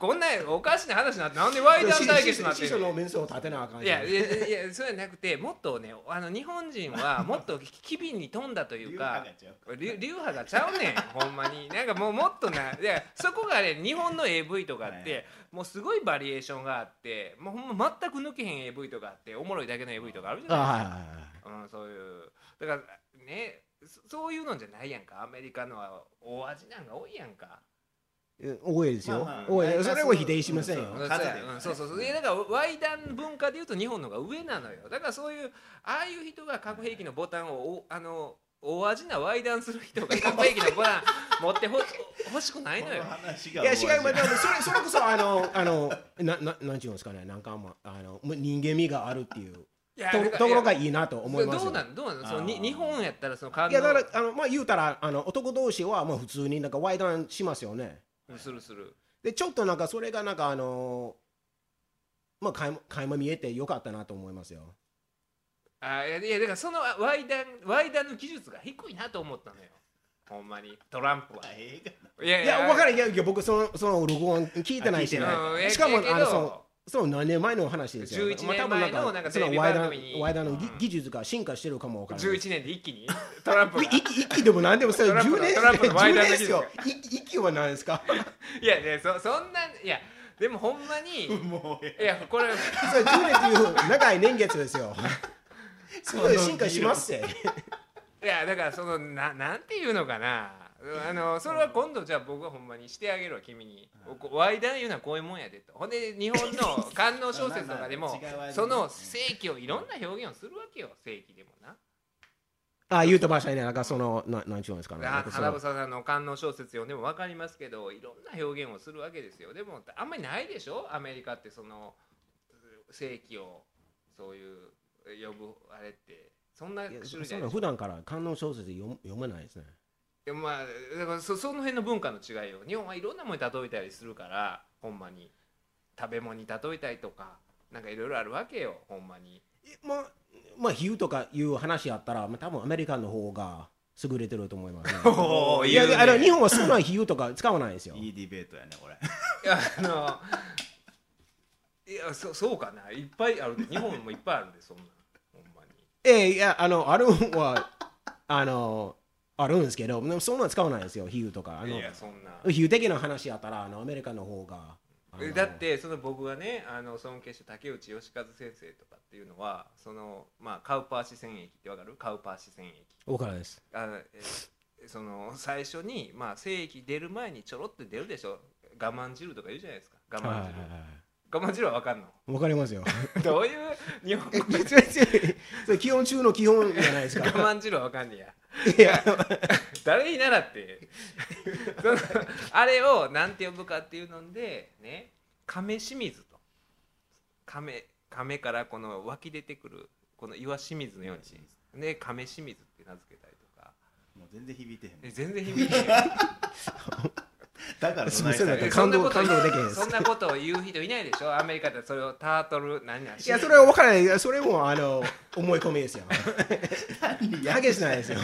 こんなおかしな話なってなんでワイダン対決になってんの。 師匠の面相を立てなあかんいやいやいやそうじゃなくてもっとねあの日本人はもっと機敏に富んだというか流流派がちゃうねんほんまになんかもうもっとないやそこがね日本の エーブイ とかって、はい、もうすごいバリエーションがあってもうほんま全く抜けへん エーブイ とかあっておもろいだけの エーブイ とかあるじゃないですか、はいはいはいうん、そういうだからねそういうのじゃないやんかアメリカのは大味なんか多いやんか多いですよ、まあまあ、多いそれを否定しませんよ、 うん、そうそうそう、いやだからワイダン文化でいうと日本の方が上なのよだからそういうああいう人が核兵器のボタンをあの大味なワイダンする人が核兵器のボタン持ってほ欲しくないのよいや違う、まあ、それそれこそあのあのなななんていうんですかねなんかもあの人間味があるっていうと, ところがいいなと思いますよ。 どうなんどうなんそのに日本やったらその感動いやだからあのまあ言うたらあの男同士はもう普通になんかワイダンしますよね。 するするでちょっとなんかそれがなんかあのまあ垣間見えてよかったなと思いますよ。 あいやいやだからそのワイダンワイダンの技術が低いなと思ったのよ。ほんまにトランプは。 いやいや分からんいやいや僕そのその録音聞いてないし、ね、しかもあのそのそう何年前の話ですよ。 じゅういちねんまえのなんかテレビ番組にワイダンの技術が進化してるかもわからない。 じゅういちねんで一気にトランプが一気でも何でもそれじゅうねんトランプのワイダンの技術が一気は何ですか。 いやねそそんないやでもほんまにもういやこれそれじゅうねんっていう長い年月ですよ。すごい進化しますっていやだからそのななんていうのかなあのそれは今度じゃあ僕はほんまにしてあげるわ君にワイダン言うのはこういうもんやでとほんで日本の官能小説とかでもその正規をいろんな表現をするわけよ正規でもなあ言うとましたねなんかそのな何ちゅうんですかね花房さんの官能小説読んでも分かりますけどいろんな表現をするわけですよでもあんまりないでしょアメリカってその正規をそういう呼ぶあれってそんな種類じゃないでしょ普段から官能小説読読めないですねいやまあだから そ, その辺の文化の違いよ日本はいろんなものに例えたりするからほんまに食べ物に例えたりとかなんかいろいろあるわけよほんまにまあまあ比喩とかいう話やったら、まあ、多分アメリカの方が優れてると思いますねいやあの日本はそんな比喩とか使わないですよいいディベートやねこれいやあのいや そ, そうかないっぱいある日本もいっぱいあるんでそんなほんまにええいやあのあるはあのあるんですけど、でもそんなの使わないですよ、比喩とか。あのいやそんな比喩的な話やったらあのアメリカの方が。 だってその僕がねあの尊敬した竹内義和先生とかっていうのはその、まあ、カウパー四川液ってわかるカウパー四川液わからないですあえその最初に、まあ、精液出る前にちょろって出るでしょ我慢汁とか言うじゃないですか我慢汁、はいはいはい我慢汁は分かんの分かりますよどういう日本語それ基本中の基本じゃないですか我慢汁は分かんねやいや誰に習ってそのあれをなんて呼ぶかっていうのでね亀清水と 亀, 亀からこの湧き出てくるこの岩清水のようにね亀清水って名付けたりとかもう全然響いてへんえ全然響いてへんだからそんなこと感動感動できへんそんなことを言う人いないでしょアメリカでそれをタートル何々 いやそれは分からないそれもあの思い込みですよ激しないですよ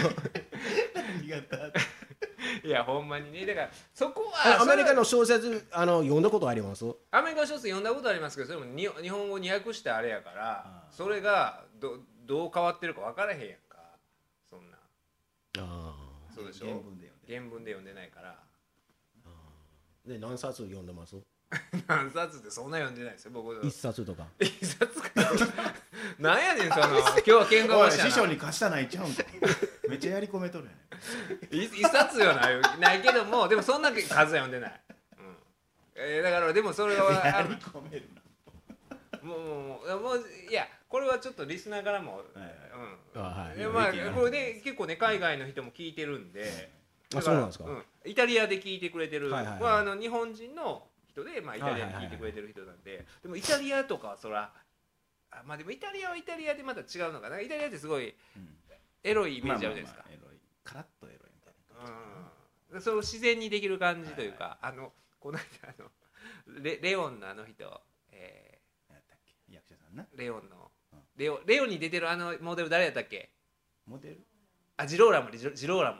いやほんまにねだからそこはアメリカの小説あの読んだことありますアメリカの小説読んだことありますけどそれもに日本語に訳してあれやからそれが ど, どう変わってるか分からへんやんかそんなあそうでしょ原文で原文で読んでないからで何冊読んでます何冊ってそんな読んでないですよ僕一冊とか一冊かなんやねんその今日は喧嘩おいしたな師匠に貸したないちゃうんかめっちゃやり込めとるやね一冊よないないけどもでもそんな数は読んでない、うんえー、だからでもそれはやり込めるなもうもうもうもういやこれはちょっとリスナーからも、はいはいうんあはい、 でまあこれで結構ね海外の人も聞いてるんであそうなんですか、 うん、イタリアで聞いてくれてる、 はいはいはいまあ、あの日本人の人で、まあ、イタリアで聞いてくれてる人なんで、はいはいはい、でもイタリアとかはそらあまあでもイタリアはイタリアでまた違うのかなイタリアってすごいエロいイメージあるじゃないですか、 まあまあまあ、エロいカラッとエロいみたいな、 うん、それを自然にできる感じというか、はいはい、あのこの間あの レ, レオンのあの人、えー、やったっけ役者さんなレオンの、うん、レオレオンに出てるあのモデル誰やったっけモデルあジローラモジローラモ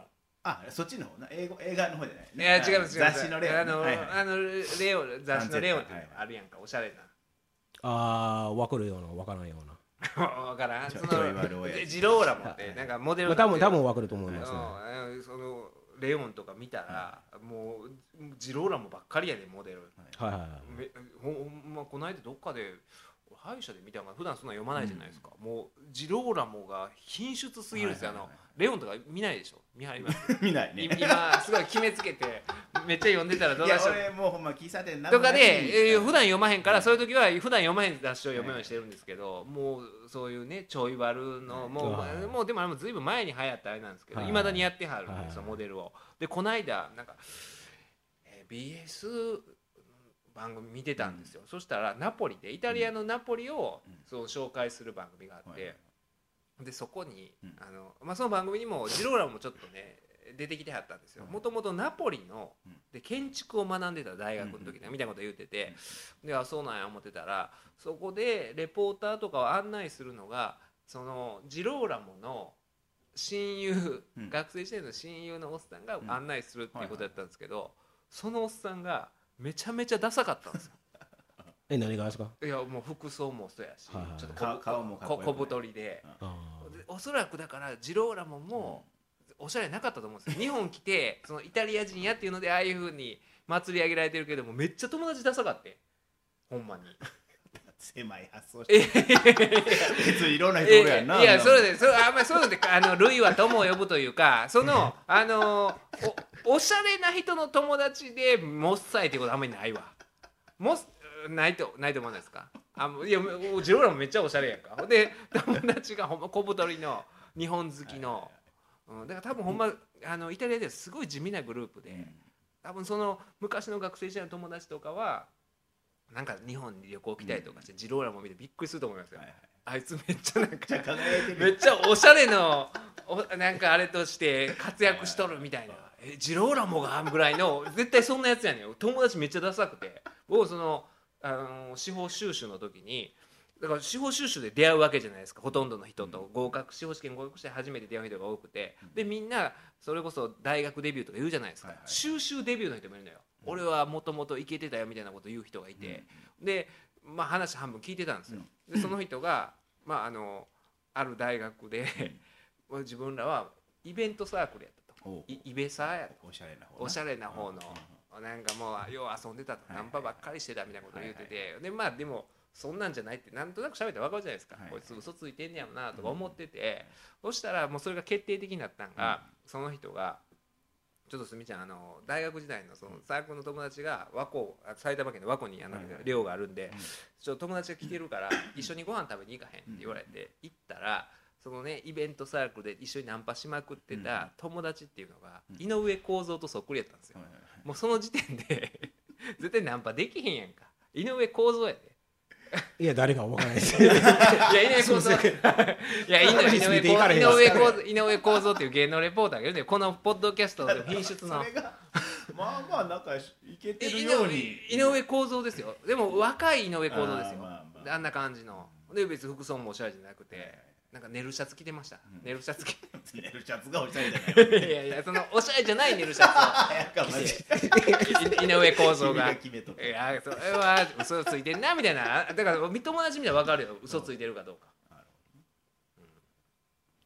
あそっちの方な英語映画の方じゃないね。 いや違う違う雑誌のレオン、 あの、 はいはい、 あのレオン雑誌のレオンっていうのがあるやんか、おしゃれなああ分かるような分からんようなわからん。そのちょい悪親父ジローラモってなんかモデルまあ多分多分分かると思いますねうんそのレオンとか見たら、もうジローラモばっかりやでモデル。 はいはいはいめほんまこの間どっかで歯医者で見たのが普段そんな読まないじゃないですか、うん、もうジローラモが品質すぎるんですよ、はいはいはい、あのレオンとか見ないでしょ。見はります見ないね。 今すごい決めつけてめっちゃ読んでたらどうだしよう。 いや俺もうほんま喫茶店とかで、えー、普段読まへんから、そういう時は普段読まへん雑誌を読むようにしてるんですけど、はい、もうそういうねちょい悪の、はい、もう、はい、もうでもあれもずいぶん前に流行ったあれなんですけど、いまだにやってはるんですよ、はい、モデルを。でこの間なんか、えー、ビーエス番組見てたんですよ、うん、そしたらナポリでイタリアのナポリを、うん、そう紹介する番組があって、うん、でそこに、うんあのまあ、その番組にもジローラもちょっとね出てきてはったんですよ。もともとナポリので建築を学んでた大学の時にみたいなこと言ってて、であそうなんや思ってたら、そこでレポーターとかを案内するのがそのジローラモの親友、うん、学生時代の親友のおっさんが案内するっていうことだったんですけど、うんはいはい、そのおっさんがめちゃめちゃダサかったんですよ。 え何がですか。 いやもう服装もそうやし、はいはい、ちょっと顔もかっこよくない、 小太りで、おそらくだからジローラモもおしゃれなかったと思うんですよ。日本来てそのイタリア人やっていうのでああいう風に祭り上げられてるけども、めっちゃ友達ダサかってほんまに狭い発想して別にいろんな人おるやんな。 いやそれでそれあんまりそういうのであの類は友を呼ぶというか、そのあの お, おしゃれな人の友達でもっさいってことあんまりないわ。もないとないと思わないですか。あいやジローラもめっちゃおしゃれやんか。で友達がほんま小太りの日本好きの、うん、だから多分ほんまあのイタリアですごい地味なグループで、多分その昔の学生時代の友達とかはなんか日本に旅行来たりとかして、うん、ジローラモ見てびっくりすると思いますよ、はいはい、あいつめっちゃなんかめっちゃおしゃれのおなんかあれとして活躍しとるみたいな、えジローラモがぐらいの絶対そんなやつやねん。友達めっちゃダサくて、僕その、あの司法修習の時にだから司法修習で出会うわけじゃないですか。ほとんどの人と合格司法試験合格して初めて出会う人が多くて、でみんなそれこそ大学デビューとか言うじゃないですか、はいはい、修習デビューの人もいるのよ。俺はもともとイケてたよみたいなこと言う人がいて、うん、で、まあ、話半分聞いてたんですよ。でその人が、まあ、あのある大学で自分らはイベントサークルやったと、イベサーやと、おしゃれな方、おしゃれな方のなんかもうよう遊んでたと、ナンパばっかりしてたみたいなことを言ってて、はいはいはい、でまあでもそんなんじゃないってなんとなく喋って分かるじゃないですか、はいはい、こいつ嘘ついてんねやろなとか思ってて、うん、そしたらもうそれが決定的になったのが、うん、その人がちょっとすみちゃんあの大学時代のそのサークルの友達が和光埼玉県の和光にあの寮があるんで、ちょっと友達が来てるから一緒にご飯食べに行かへんって言われて行ったら、そのねイベントサークルで一緒にナンパしまくってた友達っていうのが井上公造とそっくりやったんですよ。もうその時点で絶対ナンパできへんやんか。井上公造やで。 いや誰か分からないですいや井上公造いや井上公造井上公造っていう芸能レポーターがいるんで、このポッドキャストの品質のまあまあなんかいけてるように井上公造ですよ。でも若い井上公造ですよ。 あ,、まあまあ、あんな感じので別に服装もおしゃれじゃなくて、なんかネルシャツ着てました、うん、ネルシャツ着てネルシャツがおしゃれじゃないいやいやそのおしゃれじゃないネルシャツを井上公造がいやそれは嘘ついてんなみたいな、だから友達みたいな分かるよ、嘘ついてるかどうか、うん、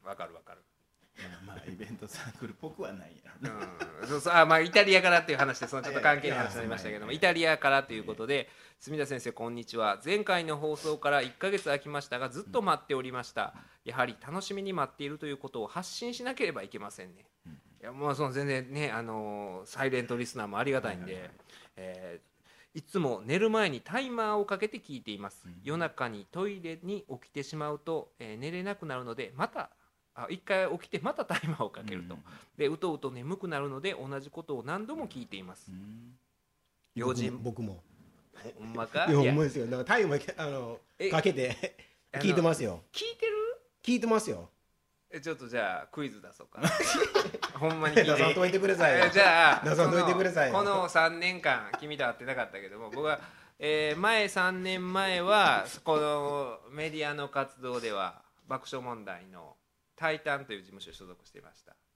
分かる分かる。 まあイベントサークルっぽくはないやろ、 うん、そうそうあまあイタリアからっていう話でそのちょっと関係ない話になりましたけども、イタリアからということで、住田先生こんにちは。前回の放送からいっかげつ空きましたがずっと待っておりました。やはり楽しみに待っているということを発信しなければいけませんね。いやもうその全然ねあのサイレントリスナーもありがたいんで、えー、いつも寝る前にタイマーをかけて聞いています。夜中にトイレに起きてしまうと、えー、寝れなくなるのでまたあ一回起きてまたタイマーをかけると、うん、でうとうと眠くなるので同じことを何度も聞いています、うん、用心僕もほんまか。 いやほんまですよ。だからタイマーあのかけて聞いてますよ。 聞いてる聞いてますよ。 えちょっとじゃあクイズ出そうかほんまに聞いて出さんといてくださいよ。 じゃあ出さんといてくださいよ。 このさんねんかん君と会ってなかったけども、僕は、えー、前さんねんまえはこのメディアの活動では爆笑問題のタイタンという事務所に所属していました。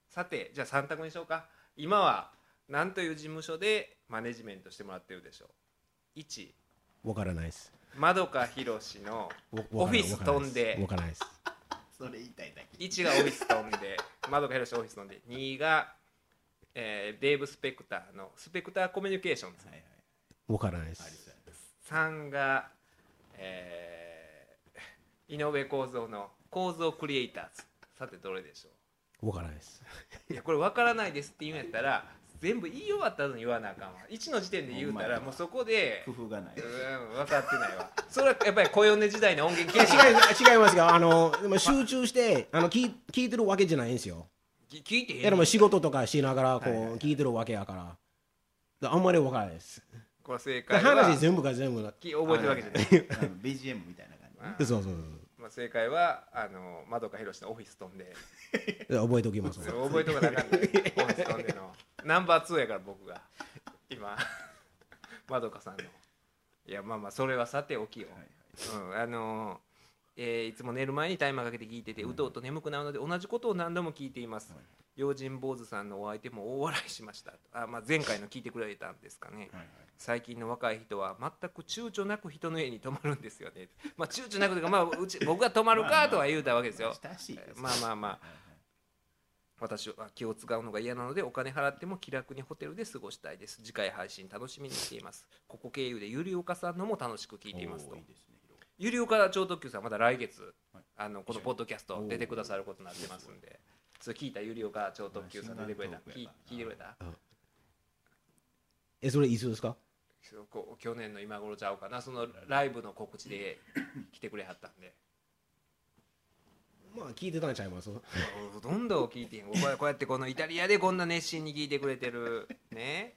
さてじゃあさん択にしようか。今は何という事務所でマネジメントしてもらってるでしょう。いちわからないです。 まどかひろしのオフィス飛んで、 わからないです。 それ言いたいだけ。 いちがオフィス飛んでまどかひろしオフィス飛んで、にが、えー、デーブ・スペクターのスペクターコミュニケーションズ、 はいはい。 わからないです。 さんが、えー、井上公造の構造クリエイターズ。さてどれでしょわからないです。 う。いやこれ分からないですって言うんやったら全部言い終わった後に言わなあかんわ。いちの時点で言うたらもうそこで工夫がない。 うん分かってないわ。それはやっぱり小米時代の音源いや聞いて違います違いますよ。あのでも集中してあの聞い聞いてるわけじゃないんですよ。 き聞いてへんいやでも仕事とかしながらこはいはいはいう聞いてるわけやから。だからあんまりわからないです。 これ正解は話全部が全部が。 き覚えてるわけじゃない。 あの ビージーエム みたいな感じね。 そうそうまあ正解はあのまどかひろしのオフィス飛んでそう。覚えておきます。 覚えとかなあかんねオフィス飛んでのナンバーツーやから僕が今まどかさんのいやまあまあそれはさておきよ、うん、あのーえーいつも寝る前にタイマーかけて聞いててうとうと眠くなるので同じことを何度も聞いています。用心坊主さんのお相手も大笑いしましたあ、まあ、前回の聞いてくれたんですかね。最近の若い人は全く躊躇なく人の家に泊まるんですよね。まあ躊躇なくというか、まあ、うち僕が泊まるかとは言うたわけですよ。 親しいです。 まあまあまあ私は気を使うのが嫌なのでお金払っても気楽にホテルで過ごしたいです。次回配信楽しみにしています。ここ経由でゆりおかさんのも楽しく聞いていますと。 おーいいですね。 ゆりおか超特急さんまだ来月、 はいあのこのポッドキャスト出てくださることになってますんで、それ聞いたゆりおか超特急さん出てくれた聞い聞いてくれたえそれいつですか？ そうこう去年の今頃ちゃうかな、そのライブの告知で来てくれはったんでまあ聞いてたんちゃいます？ ほとんど聞いてん。こうこうやってこのイタリアでこんな熱心に聞いてくれてるね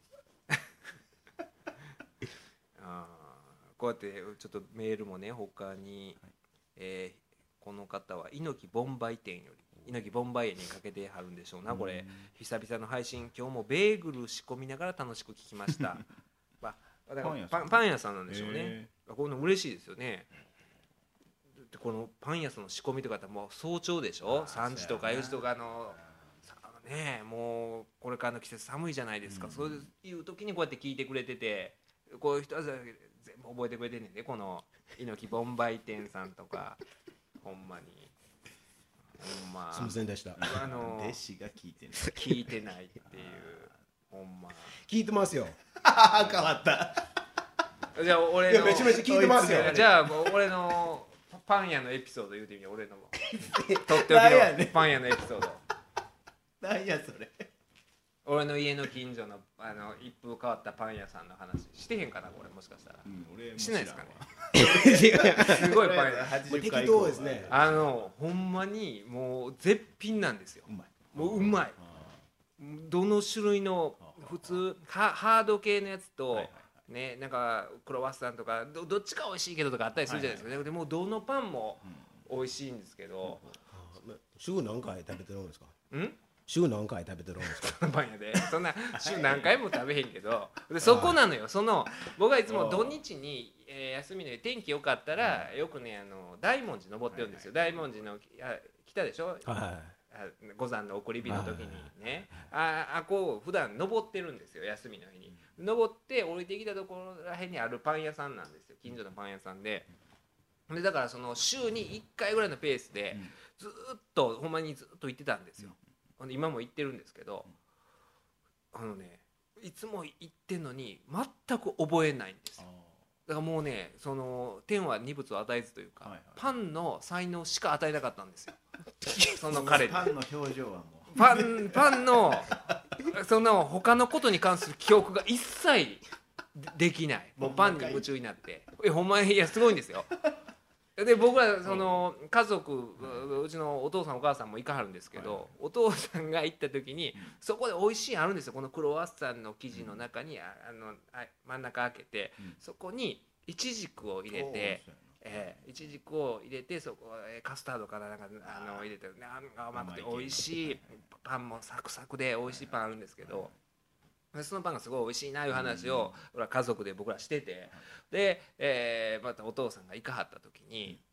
あこうやってちょっとメールもね他に、えーこの方は猪木ボンバイ店より猪木ボンバイエにかけてはるんでしょうなこれ。久々の配信今日もベーグル仕込みながら楽しく聞きましたまあだからパンパン屋さんなんでしょうね。この嬉しいですよね。でこのパン屋さんの仕込みとかってもう早朝でしょ。さんじとかよじとかのさねもうこれからの季節寒いじゃないですか、うん、そういう時にこうやって聞いてくれててこういう人は全部覚えてくれてんねんで、この猪木ボンバイ店さんとかほんまにほんますみませんでした。 あの弟子が聞いてない聞いてないっていうほんま聞いてますよ。 変わったじゃあ俺のいやめちゃめちゃ聞いてますよ。 じゃあもう俺のパン屋のエピソード言うてみよう。俺のとっておきのパン屋のエピソード何やそれ。 俺の家の近所のあの一風変わったパン屋さんの話してへんかなこれ。もしかしたら、 うん、俺もしてないですかねすすごいパン屋適当ですね。 あのほんまにもう絶品なんですよ。 うまいもううまい。どの種類の普通ハハード系のやつと、はいはいはいね、なんかクロワッサンとか ど, どっちか美味しいけどとかあったりするじゃないですか、はいはいはい、でもどのパンも美味しいんですけど、 うん、週何回食べてるんですか？ ん週何回食べてるんですか？ パン屋でそんな週何回も食べへんけどでそこなのよ。その僕はいつも土日に、えー、休みの日天気良かったらよくねあの大文字登ってるんですよ、はいはい、大文字のあ来たでしょ、はい五山の送り火の時にね、ああこう普段登ってるんですよ休みの日に。登って降りてきたところらへんにあるパン屋さんなんですよ、近所のパン屋さんで。でだからその週にいっかいぐらいのペースでずっとほんまにずっと行ってたんですよ。今も行ってるんですけど、あのねいつも行ってんのに全く覚えないんですよ。だからもうねその天は二物を与えずというか、はいはい、パンの才能しか与えなかったんですよその彼に。 パンの表情はもうパンパンのその他のことに関する記憶が一切できない。もうパンに夢中になってえほんまにいやすごいんですよ。で僕らその家族うちのお父さんお母さんも行かはるんですけど、お父さんが行った時にそこで美味しいあるんですよ。このクロワッサンの生地の中にあの真ん中開けてそこにイチジクを入れてえー、イチジクを入れてそこへカスタードからなんかあの入れて甘くて美味しいパンもサクサクで美味しいパンあるんですけど、そのパンがすごい美味しいないう話を家族で僕らしてて、で、えー、またお父さんが行かはった時に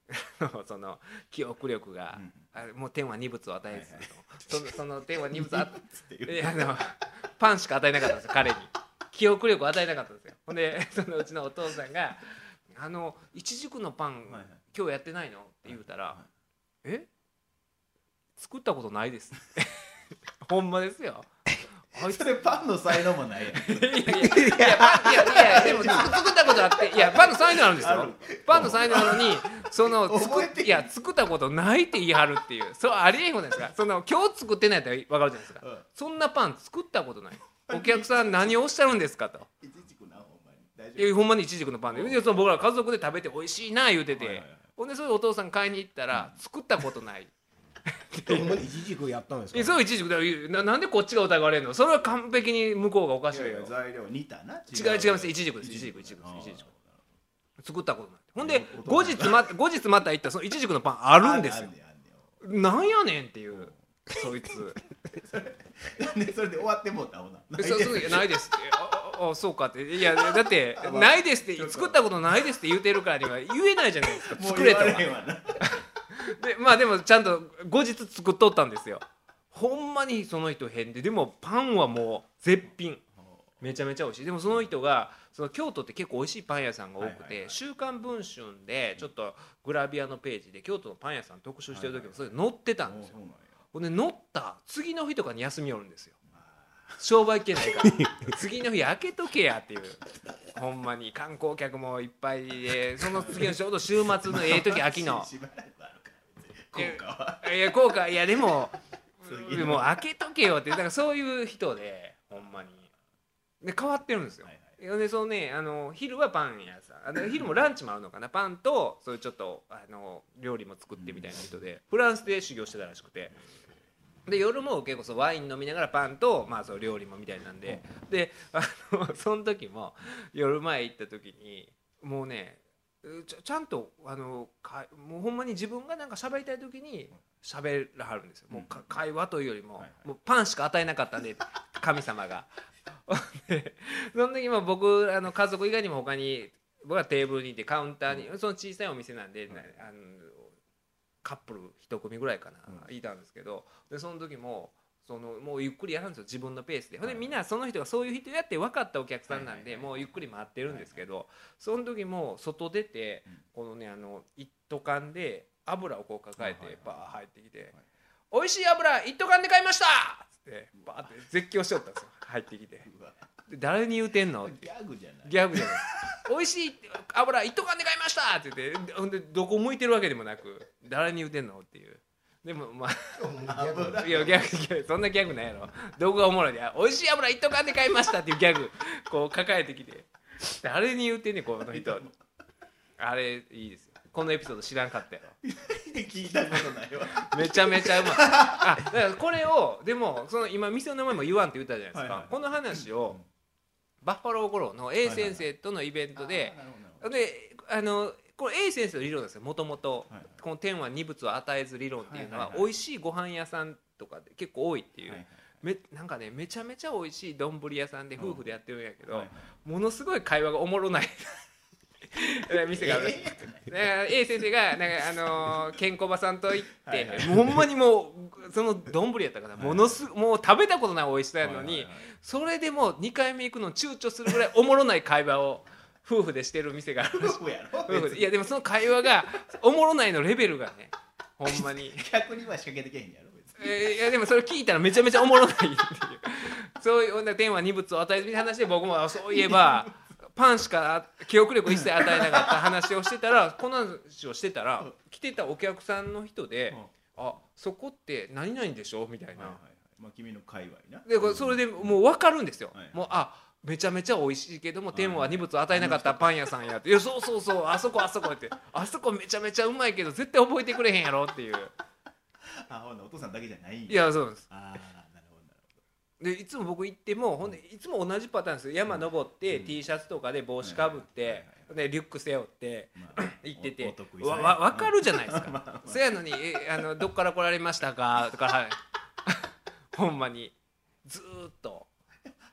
その記憶力が、 うんあもう天は二物を与えずと、そのその天は二物あつっていういやでもパンしか与えなかったんですよ彼に。記憶力を与えなかったんですよ。ほんでそのうちのお父さんが「あのいちじくのパン、 はいはい今日やってないの?」って言うたらは 「え作ったことないです」ほんまですよ。あいつそれパンの才能もないやんいやいやいやいやいやいやでも作作ったことあっていやパンの才能あるんですよある。 パンの才能なのにその作覚えてんいや作ったことないって言い張るっていうそうありえんことないですか。その今日作ってないって分かるじゃないですか。 うんそんなパン作ったことない。お客さん何をおっしゃるんですかと。 いちじくなほんまに大い丈やほんまにいちじくのパンで、でその僕ら家族で食べて美味しいな言うてて、 はいはいはいほんでそれお父さん買いに行ったら、作ったことない。 ほんまに一軸やったんですか。 えそういちじくだななんでこっちが疑われるの。それは完璧に向こうがおかしいよ。 夫いやいや材料似たな違う違います。いちじくです。いちじくいちじくあーいちじく作ったことない。ほんで後日ま後日また行ったらそのいちじくのパンあるんですよあ。んねんあんねんなんやねんっていうそいつ。 なんでそれで終わってもうたもんなえそうそういやないですってあああそうかっていやだってないですって作ったことないですって言うてるからには言えないじゃないですか。 もう作れとは言われへんわなでまあでもちゃんと後日作っとったんですよ。ほんまにその人変ででもパンはもう絶品めちゃめちゃ美味しい。でもその人がその京都って結構美味しいパン屋さんが多くはいはいはいて週刊文春でちょっとグラビアのページで京都のパン屋さん特集してる時もそれ載ってたんですよ。 そうなんやほんで乗った次の日とかに休みおるんですよ。商売系ないから次の日開けとけやっていうほんまに観光客もいっぱいでその次のちょうど週末のええ時秋のしばらくあるから効果はいや効果いやでも次のもう開けとけよってだからそういう人でほんまにで変わってるんですよ。 はいでそのねあの昼はパン屋さんあの昼もランチもあるのかなパンとそういうちょっとあの料理も作ってみたいな人でフランスで修行してたらしくてで夜も結構そうワイン飲みながらパンと、まあ、そう料理もみたいなんでであのその時も夜前行った時にもうねちゃちゃんとあのかもうほんまに自分がなんか喋りたい時に喋らはるんですよ。もうか会話というよりも,、 はいはいもうパンしか与えなかったんで神様が。でその時も僕あの家族以外にも他に僕はテーブルにいてカウンターに、その小さいお店なんで、なあのカップル一組ぐらいかな、 うんいたんですけどでその時もそのもうゆっくりやるんですよ自分のペースで。ほんでみんなその人がそういう人やって分かったお客さんなんで、 はいはいはいもうゆっくり待ってるんですけど、その時も外出て、 うんこのねあの一斗缶で油をこう抱えてはいはいはいバー入ってきて「美味しい油一斗缶で買いました!」っつってバーって絶叫しよったんですよ入ってきて。 うわで誰に言うてんのってギャグじゃないギャグじゃない美味しい油一斗缶で買いましたって言ってほんでどこ向いてるわけでもなく誰に言うてんのっていうでもまあ油いやギャグギャグそんなギャグないやろどこがおもろいで美味しい油一斗缶で買いましたっていうギャグこう抱えてきて誰に言うてんねんこの人あれいいですよこのエピソード知らんかったやろ聞いたことないわめちゃめちゃうまいあだからこれをでもその今店の名前も言わんって言ったじゃないですか、 はいはいこの話をバッファロー五郎の A 先生とのイベントで、 あーなるほどなるほどであのこれ A 先生の理論ですよもともとはいこの天は二物を与えず理論っていうのは,、 はいはいはい美味しいご飯屋さんとかで結構多いっていう、 はいはいめなんかねめちゃめちゃ美味しい丼屋さんで夫婦でやってるんやけど、 はいはいものすごい会話がおもろない店があるらしい、だから A 先生がなんか、あのー、ケンコバさんと行って、 はいはいほんまにもうその丼やったから、ものすもう食べたことない美味しさやのに、 はいはいはいそれでもにかいめ行くの躊躇するぐらいおもろない会話を夫婦でしてる店があるらしい夫婦やろ夫婦でいやでもその会話がおもろないのレベルがねほんまに逆には仕掛けてけへんやろ別にえーいやでもそれ聞いたらめちゃめちゃおもろないっていうそういうほんで天は二物を与えずみたいな話で僕もあそういえばパンしか記憶力一切与えなかった話をしてたらこの話をしてたら来てたお客さんの人で「あそこって何々でしょ?」みたいなはいはいはいまあ君の界隈なでこれそれでもう分かるんですよ、 はいもうあめちゃめちゃ美味しいけども天は二物を与えなかったパン屋さんやって「いやそうそうそうあそこあそこ」って「あそこめちゃめちゃうまいけど絶対覚えてくれへんやろ」っていうあほんなお父さんだけじゃないんいやそうなんですああなるほどなるでいつも僕行ってもほんでいつも同じパターンですよ山登って、 うん T シャツとかで帽子かぶって、でリュック背負ってほどまあ行ってておお得意さんわわ分かるじゃないですか、 まあまあそやのにえあの「どっから来られましたか?」とか、はい、ほんまにずーっと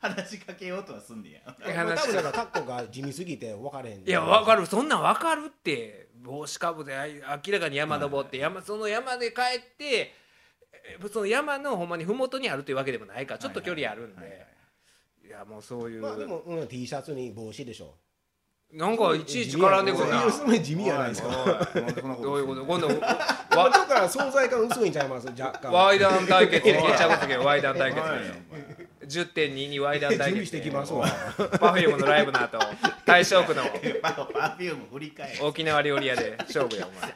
話しかけようとはすんねや。 多分だからカッコが地味すぎて分かれへん。 いや分かる、そんなん分かるって。帽子かぶで明らかに山登って山、その山で帰ってその山のほんまに麓にあるというわけでもないからちょっと距離あるんで、いやもうそういう、 まあでも、うん、T シャツに帽子でしょ。 なんかいちいち絡んでくるな。 それ地味じゃないですか。 どういうこと今度だから存在感薄いんちゃいます若干。 ワイダン対決で決着つけよ。ワイダン対決で じゅってんに にワイダン対決準備してきますわ。 パフュームのライブの後大正区のパフューム振り返る沖縄料理屋で勝負やお前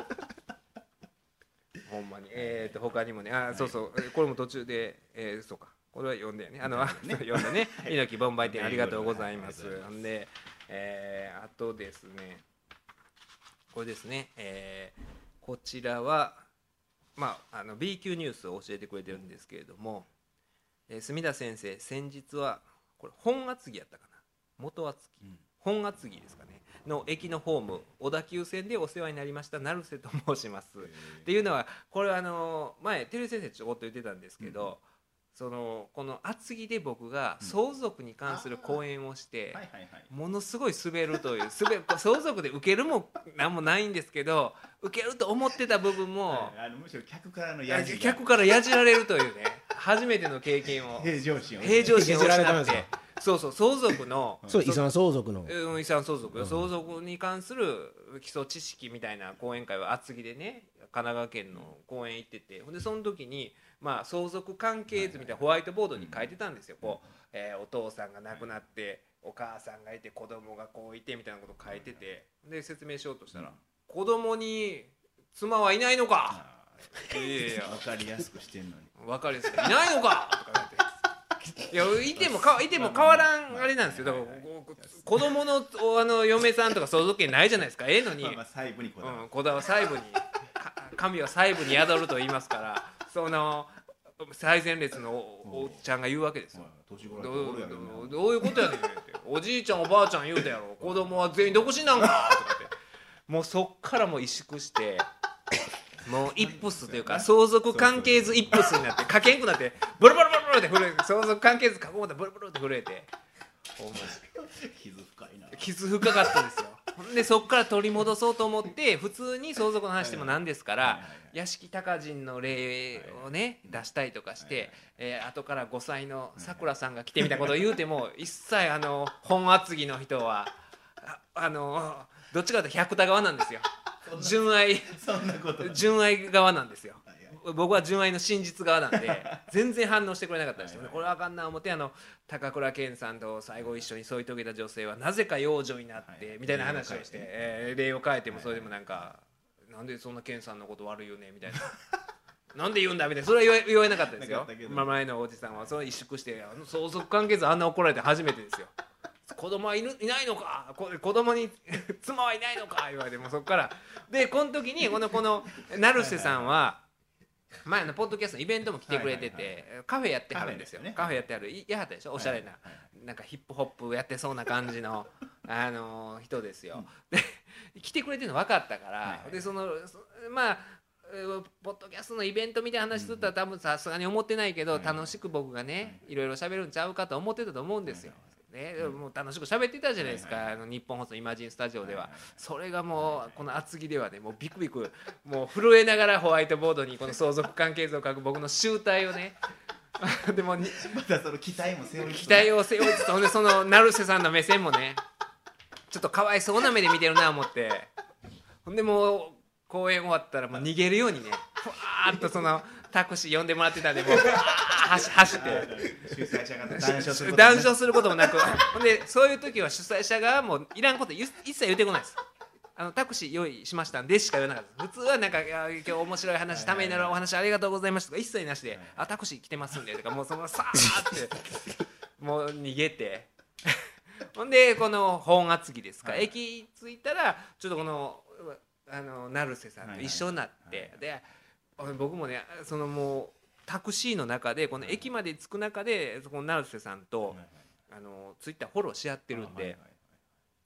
ほんまに。えーと他にもね、あそうそうこれも途中で、えー、そうかこれは読んだよね。あの読んだね。猪木ボンバイ店ありがとうございます。ほんで、えー、あとですねこれですね、えー、こちらはまああの B 級ニュースを教えてくれてるんですけれども、えー、墨田先生先日はこれ本厚木やったかな、元厚木、うん、本厚木ですかねの駅のホーム小田急線でお世話になりました成瀬と申しますっていうのはこれはあの前照井先生ちょこっと言ってたんですけど、うんそのこの厚木で僕が相続に関する講演をしてものすごい滑るという滑る相続で受けるも何もないんですけど受けると思ってた部分も、 はい、あのむしろ客からのやじ客からやじられるというね初めての経験を平常心を平常心を失ってそうそう相続のそう遺産相続の、 うん、遺産相続、うん、相続に関する基礎知識みたいな講演会は厚木でね神奈川県の講演行ってて、ほんでその時にまあ相続関係図みたいなホワイトボードに書いてたんですよ。こう、えー、お父さんが亡くなってお母さんがいて子供がこういてみたいなこと書いてて、で説明しようとしたら、うん、子供に妻はいないのか、 いやいや分かりやすくしてんのに分かりやすくいないのかとか言っていやいてもかいても変わらんあれなんですよ。だから子供のあの嫁さんとか相続権ないじゃないですか。ええのに、 まあ細部にこだわる、 うん、こだわ細部に神は細部に宿ると言いますから、その最前列の お, おっちゃんが言うわけですよ。ど, ど, どういうことやねんっておじいちゃんおばあちゃん言うたやろ、子供は全員独身なんかとかってもうそっからもう萎縮してもうイップスというか相続関係図イップスになって書けんくなってブルブルブルブルって震えて相続関係図書こうとブルブルって震えてほんま傷深いな傷深かったですよ。でそこから取り戻そうと思って普通に相続の話でもなんですから屋敷隆人の例をね出したりとかして、えー、後からごさいのさくらさんが来てみたいなことを言うても一切あの本厚木の人はあ, あのどっちかというと百田側なんですよ。純愛そんなこと純愛側なんですよ。僕は純愛の真実側なんで全然反応してくれなかったですよね。これはあかんな思ってあの高倉健さんと最後一緒に添い遂げた女性はなぜか養女になってみたいな話をして、えー、例を変えてもそれでもなんかなんでそんな健さんのこと悪いよねみたいななんで言うんだみたいなそれは言え、言えなかったですよ。前のおじさんはそれ萎縮してあの相続関係図あんな怒られて初めてですよ。子供はいるいないのか子供に妻はいないのか言われてもそこからでこの時にこのこの成瀬さんは前のポッドキャストのイベントも来てくれてて、はいはいはい、カフェやってはるんですよ。カフェですよね、カフェやってはるやはったでしょ、おしゃれな、はいはい、なんかヒップホップやってそうな感じのあのー、人ですよ、うん、で来てくれてるの分かったから、はいはい、でそのまあポッドキャストのイベントみたいな話すったら多分さすがに思ってないけど、はい、楽しく僕がねいろいろ喋るんちゃうかと思ってたと思うんですよ、はいはいね、もう楽しく喋ってたじゃないですか、はいはい、あの日本放送イマジンスタジオでは、はいはい、それがもうこの厚木ではねもうビクビクもう震えながらホワイトボードにこの相続関係図を書く僕の集大をねでもまたその期待も背負いつつ期待を背負いつつほんでその成瀬さんの目線もねちょっとかわいそうな目で見てるな思ってほんでもう公演終わったらもう逃げるようにねふわーっとそのタクシー呼んでもらってたんでもう走, 走って主催者が談笑することも、ね、 談笑することもなくほんでそういう時は主催者がもういらんこと一切言ってこないです。あのタクシー用意しましたんでしか言わなかった。普通はなんか今日面白い話ためになるお話ありがとうございますとか一切なしであタクシー来てますんでとかもうそのさーってもう逃げてほんでこの本厚木ですか、はい、駅着いたらちょっとこのあの成瀬さんと一緒になって、はいはい、で僕もねそのもうタクシーの中でこの駅まで着く中でそこの成瀬さんと、はいはい、あのツイッターフォローし合ってるんで、はいはいはい、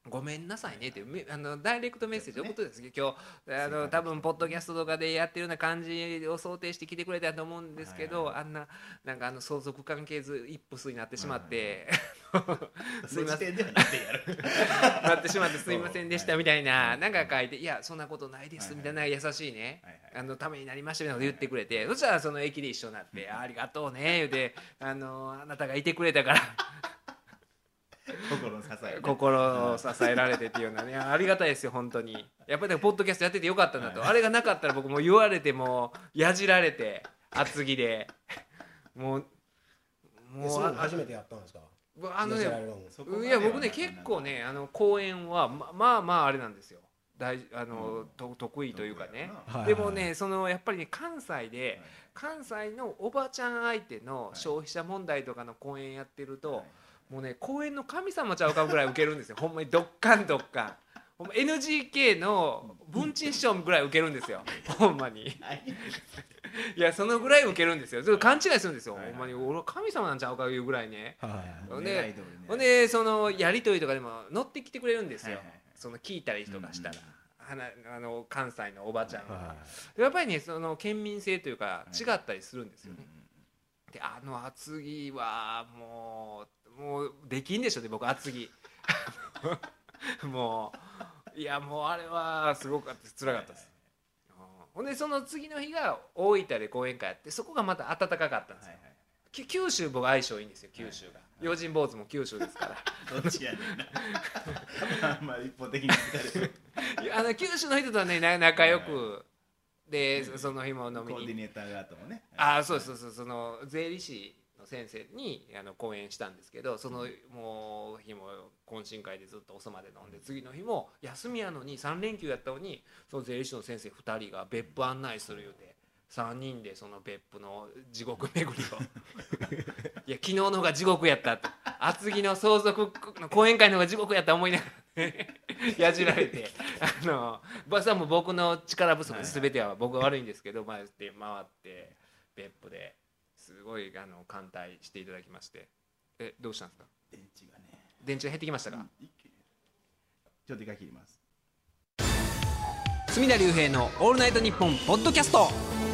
ごめんなさいねってめあのダイレクトメッセージ送ってですけど、今日あの多分ポッドキャストとかでやってるような感じを想定して来てくれたと思うんですけど、あんななんかあの相続関係図イップスになってしまって、すいませんなってしまってすいませんでしたみたいななんか書いて、いやそんなことないですみたいな優しいね、あのためになりましたみたいなこと言ってくれて、そしたらその駅で一緒になってありがとうね言うて、あのあなたがいてくれたから心を支え、ね、 心を支えられてっていうのはね、ありがたいですよ本当に。やっぱりポッドキャストやっててよかったなと、はい、あれがなかったら僕も言われてもやじられて厚着でもうもう初めてやったんですか。 あのね、いや僕ね結構ねあの講演はままあまああれなんですよ、大あの、うん、と得意というかね、でもねそのやっぱりね関西で、関西のおばちゃん相手の消費者問題とかの講演やってると、もうね講演の神様ちゃうかぐらい受けるんですよほんまにドッカンドッカン、ほんま エヌジーケー の文鎮師匠ぐらい受けるんですよほんまにいやそのぐらい受けるんですよ。勘違いするんですよ、はいはい、ほんまに俺は神様なんちゃうかいうぐらいね、はいはい、で、ほんでそのやり取りとかでも乗ってきてくれるんですよ、はいはいはい、その聞いたりとかしたら、うんうん、あの関西のおばちゃんは、はい、やっぱりねその県民性というか違ったりするんですよね、はい、であの厚木はもうもうできんでしょね僕厚木もういやもうあれはすごかった辛かったです。ほんでその次の日が大分で講演会やって、そこがまた暖かかったんですよ、はいはい、九州僕相性いいんですよ九州が、はいはい、用心坊主も九州ですからどっちやねんなあんまり一方的にあの九州の人とはね仲良く、はいはい、でその日も飲みにコーディネーター側ともね、 ああそうそうそう、その税理士の先生にあの講演したんですけど、そのもう日も懇親会でずっと遅まで飲んで、次の日も休みやのにさん連休やったのに、その税理士の先生ふたりが別府案内する言うてさんにんでその別府の地獄巡りをいや昨日の方が地獄やったって、厚木の相続の講演会の方が地獄やった思いながらやじられて、あのバさんも僕の力不足全ては僕が悪いんですけど、回って回って別府ですごいあの歓待していただきまして、えどうしたんですか。 電池がね電池が減ってきましたか、うん、 ちょっと一回切ります。 隅田隆平のオールナイトニッポンポッドキャスト。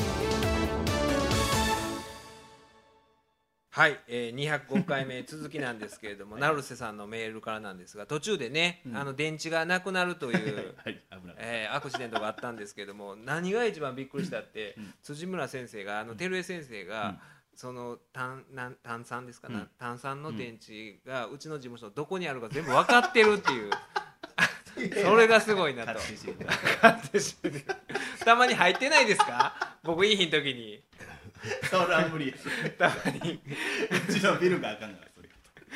はい、えー、にひゃくごかいめ続きなんですけれども、成瀬さんのメールからなんですが、途中でね、うん、あの電池がなくなるという、はいえー、アクシデントがあったんですけれども、何が一番びっくりしたって、うん、辻村先生があの照江先生が、うんその 炭, 炭酸ですか、うん、炭酸の電池がうちの事務所どこにあるか全部分かってるっていうそれがすごいなとたまに入ってないですか僕いい日の時にそれは無理たまにうちのビルがあかんからそれ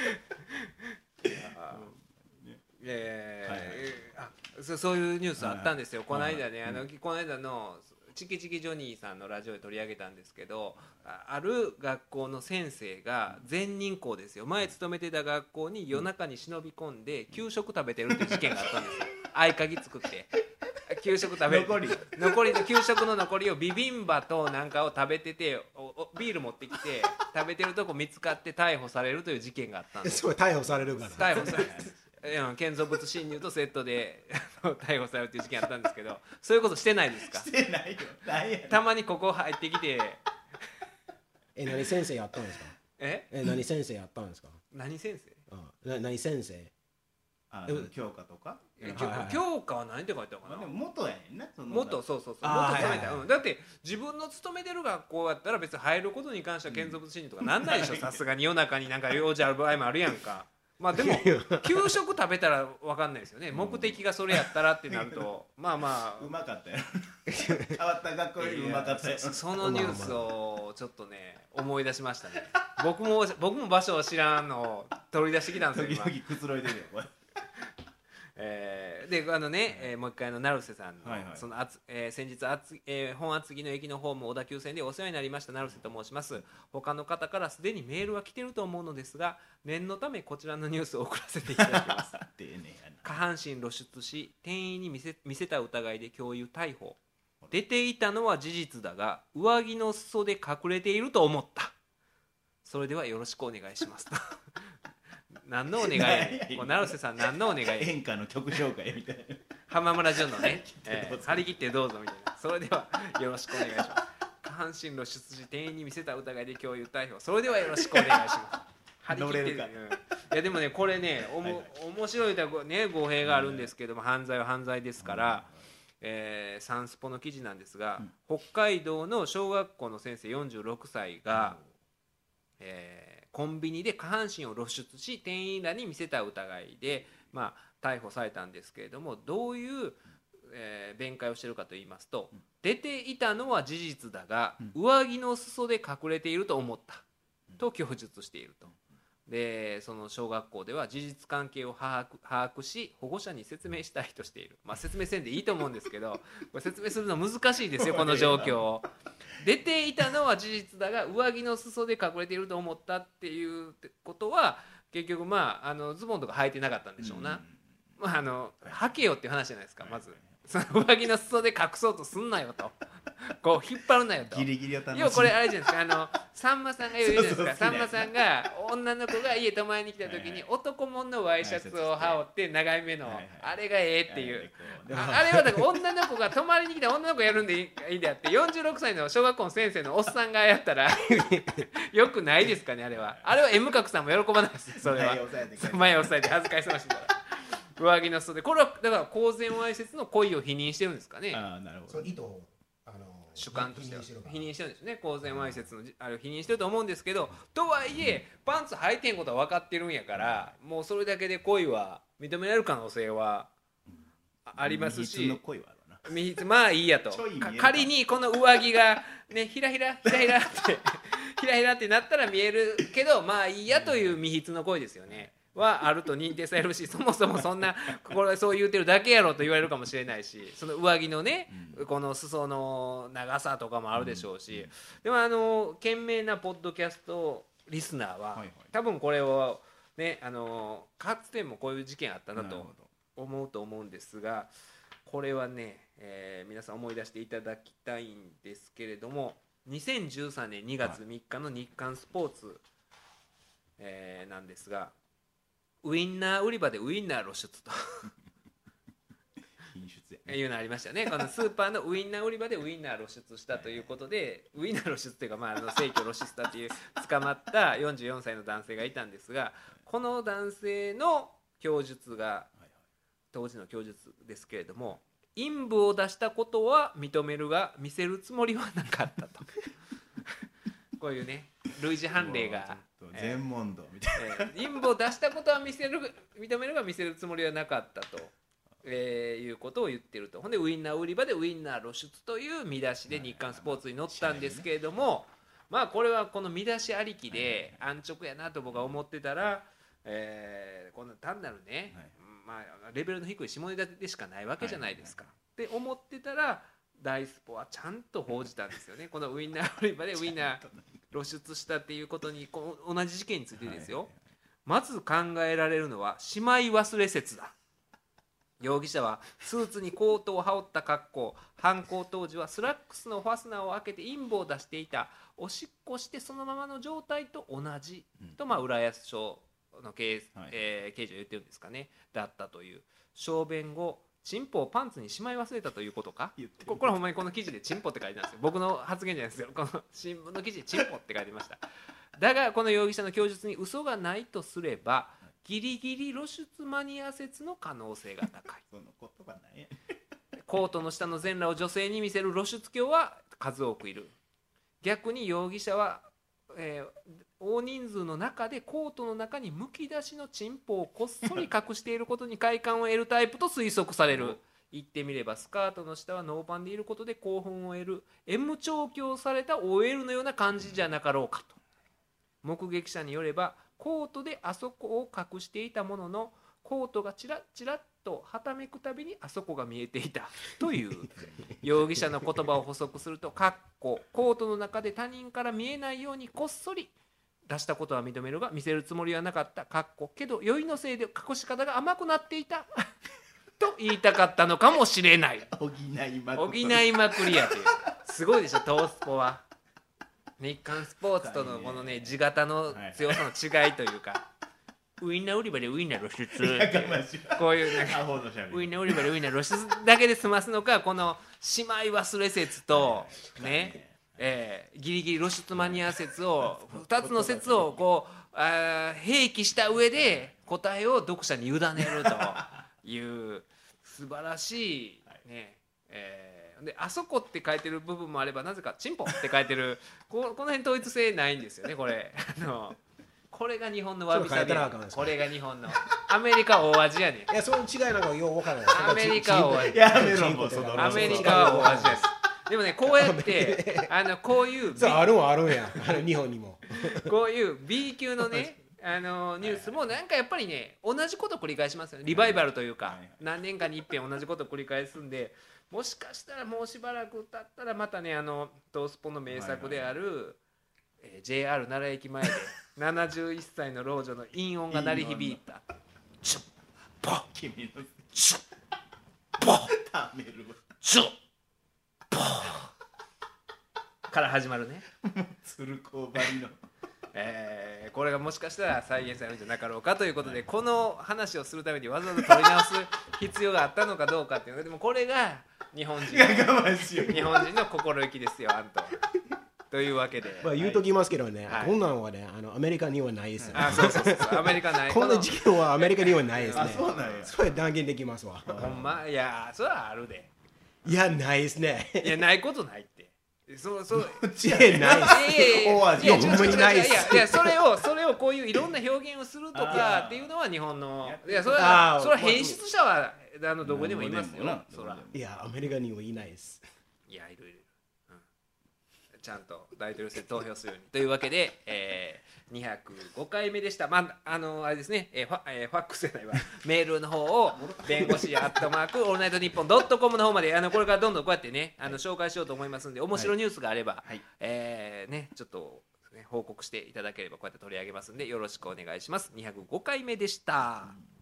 えーはいはい、あ そ, そういうニュースあったんですよ、はいはい、この間ね、はいはい、あのこの間のチキチキジョニーさんのラジオで取り上げたんですけど、ある学校の先生が全人校ですよ、前勤めてた学校に夜中に忍び込んで給食食べてるっていう事件があったんですよ合鍵作って給食食べ残り残りの給食の残りをビビンバとなんかを食べてて、おおビール持ってきて食べてるとこ見つかって逮捕されるという事件があったんです。 それ逮捕されるから逮捕される建造物侵入とセットで逮捕されるっていう事件あったんですけど、そういうことしてないですか。 してないよ。ないやたまにここ入ってきてえ何先生やったんですか。 ええ何先生やったんですか。 何先生あな何先生あ教科とか、 はいはい、教科は何て書いてあるかな、 まあ、でも元やねんな。その元そうそうそう元勤めた、はいはいはい、うん、だって自分の勤めてる学校やったら別に入ることに関しては建造物侵入とかなんないでしょさすがに夜中になんか用事ある場合もあるやんか。まあでも給食食べたら分かんないですよね、目的がそれやったらってなるとまあまあうまかったよ変わった学校よりうまかったよ。 そのニュースをちょっとね思い出しましたね僕も僕も場所を知らんのを取り出してきたんですよ今。 時々くつろいでるよこれえー、であのね、えー、もう一回の成瀬さんの、はいはい、そのあつ、えー、先日あつ、えー、本厚木の駅のホーム小田急線でお世話になりました成瀬と申します。他の方からすでにメールは来てると思うのですが、念のためこちらのニュースを送らせていただきます下半身露出し店員に見せ、見せた疑いで教諭逮捕。出ていたのは事実だが上着の裾で隠れていると思った。それではよろしくお願いしますと何のお願いやねん。こう成瀬さん何のお願いやねん。 演歌の曲紹介みたいな。 浜村淳のね、えー、張り切ってどうぞみたいな。それではよろしくお願いします。下半身露出し店員に見せた疑いで共有逮捕。それではよろしくお願いします。張り切ってる、うん、いやでもねこれねおも、はいはい、面白いとね語弊があるんですけども、犯罪は犯罪ですから、えー、サンスポの記事なんですが、うん、北海道の小学校の先生よんじゅうろくさいが、うんえー、コンビニで下半身を露出し店員らに見せた疑いで、まあ、逮捕されたんですけれども、どういう、えー、弁解をしているかといいますと、うん、出ていたのは事実だが、うん、上着の裾で隠れていると思った、うん、と供述していると。でその小学校では事実関係を把握、把握し保護者に説明したいとしている。まあ説明せんでいいと思うんですけどこれ説明するの難しいですよこの状況を。出ていたのは事実だが上着の裾で隠れていると思ったっていうことは結局まああのズボンとか履いてなかったんでしょうな。まああの履けよっていう話じゃないですか。まずその上着の裾で隠そうとすんなよとこう引っ張るなよと。 ギリギリを楽しんで。 要はこれあれじゃないですか、あのさんまさんが言うじゃないですか。さんまさんが女の子が家泊まりに来た時に男物のワイシャツを羽織って長い目のあれがええっていう、あれはだから女の子が泊まりに来た女の子やるんでいいであって、よんじゅうろくさいの小学校の先生のおっさんがやったらよくないですかね。あれはあれは M 角さんも喜ばないです。それは前を押さえて恥ずかしそうにしてたら上着の裾で、これはだから公然わいせつの行為を否認してるんですかね。 ああなるほど。 そう意図をあの主観としては否認してるんですね。公然わいせつのあれを否認してると思うんですけど、とはいえパンツ履いてんことは分かってるんやから、もうそれだけで行為は認められる可能性はありますし、未必まあいいやと。仮にこの上着がねひらひらひらひらってひらひらってなったら見えるけど、まあいいやという未必の行為ですよね。はあると認定されるし、そもそもそんなこれそう言うてるだけやろと言われるかもしれないし、その上着のね、うん、この裾の長さとかもあるでしょうし、うん、でもあの懸命なポッドキャストリスナーは、はいはい、多分これをねあのかつてもこういう事件あったなと思うと思うんですが、これはね、えー、皆さん思い出していただきたいんですけれども、にせんじゅうさんねんにがつみっかの日刊スポーツ、えー、なんですが、ウインナー売り場でウインナー露出と品質や、ね、 いうのありましたね。このスーパーのウインナー売り場でウインナー露出したということで、ウインナー露出っていうか、まあ、あの正規を露出したという捕まったよんじゅうよんさいの男性がいたんですが、この男性の供述が当時の供述ですけれども、陰部を出したことは認めるが見せるつもりはなかったとこういうね類似判例が全問答みたいな、 えー、陰部を出したことは見せる認めるが見せるつもりはなかったと、えー、いうことを言ってると。ほんでウインナー売り場でウインナー露出という見出しで日刊スポーツに載ったんですけれども、まあこれはこの見出しありきで安直やなと僕は思ってたら、えー、この単なるね、まあ、レベルの低い下ネタでしかないわけじゃないですかって思ってたら、大スポはちゃんと報じたんですよね。このウインナー売り場でウインナー露出したっていうことに、この同じ事件についてですよ。まず考えられるのはしまい忘れ説だ。容疑者はスーツにコートを羽織った格好、犯行当時はスラックスのファスナーを開けて陰部を出していた、おしっこしてそのままの状態と同じと、まあ浦安署の刑、えー、刑事は言ってるんですかね、だったという。小便後チンポをパンツにしまい忘れたということか。これはほんまにこの記事でチンポって書いてあるんですよ。僕の発言じゃないですよ。この新聞の記事でチンポって書いてました。だがこの容疑者の供述に嘘がないとすれば、ギリギリ露出マニア説の可能性が高い。 その言葉ないやコートの下の全裸を女性に見せる露出狂は数多くいる。逆に容疑者は、えー、大人数の中でコートの中にむき出しのチンポをこっそり隠していることに快感を得るタイプと推測される。言ってみればスカートの下はノーパンでいることで興奮を得る M 調教された オーエル のような感じじゃなかろうかと。目撃者によればコートであそこを隠していたものの、コートがチラッチラッとはためくたびにあそこが見えていたという。容疑者の言葉を補足すると、かっこコートの中で他人から見えないようにこっそり出したことは認めるが見せるつもりはなかった、かっこけど酔いのせいで隠し方が甘くなっていたと言いたかったのかもしれない。 補いまく補いまくりやという。すごいでしょトースポは。日刊スポーツとのこのね地形の強さの違いというか、 ウインナー売り場でウインナー露出やかましいこういうなんかアホのしゃべりウインナー売り場でウインナー露出だけで済ますのか、この姉妹忘れ説とね、えー、ギリギリ露出マニア説をふたつの説をこうあ併記した上で答えを読者に委ねるという素晴らしいね、えー、であそこって書いてる部分もあれば、なぜかチンポって書いてるここの辺統一性ないんですよね、これあのこれが日本のわびさびやねん。これが日本のアメリカ大味やねん。 いや、その違いなんかようわからない。 アメリカ大味。 やめろもうそのアメリカは大味です。でもね、こうやってあのこういう B, そうあるんはあるんや、あの日本にも。 こういう B 級のねあのニュースもなんかやっぱりね同じこと繰り返しますよね。リバイバルというか、何年かに一遍同じこと繰り返すんで、もしかしたらもうしばらく経ったらまたね、あのトースポの名作である、えー、ジェイアール 奈良駅前でななじゅういっさいの老女の韻音が鳴り響いたチュッポッ君のチュッポッためるチュッポッから始まるね鶴子ばりのえー、これがもしかしたら再現されるんじゃなかろうかということで、この話をするためにわざわざ取り直す必要があったのかどうかっていうのでもこれが日本人やかましい日本人の心意気ですよ、あんとというわけで、 まあ言うときますけどね、 はいこんなんはね、あのアメリカにはないですよ。 あそうそうそうそうアメリカないこんな事件はアメリカにはないですね。 あそうなんやそれ断言できますわ。 ほんまいやそれはあるで、 いや、ないですね。 いやないことないって、そうそういや、ないです。 いやいやいや大味いやほんまにないっすいやいやいやそれをそれをこういういろんな表現をするとかっていうのは日本のいやそれはあーそれは変質者はあのどこでもいますよ、 うんそらいや、アメリカにはいないです。 いやいろいろ、うん、ちゃんと大統領選投票するようにというわけで、えー、にひゃくごかいめでした。まああのあれですね、えーファえー、ファックスじゃないわメールの方を弁護士アットマークオールナイトニッポンドットコムの方まであのこれからどんどんこうやってねあの紹介しようと思いますんで、面白いニュースがあれば、 はいえーねちょっと、ね、報告していただければこうやって取り上げますんでよろしくお願いします。にひゃくごかいめでした。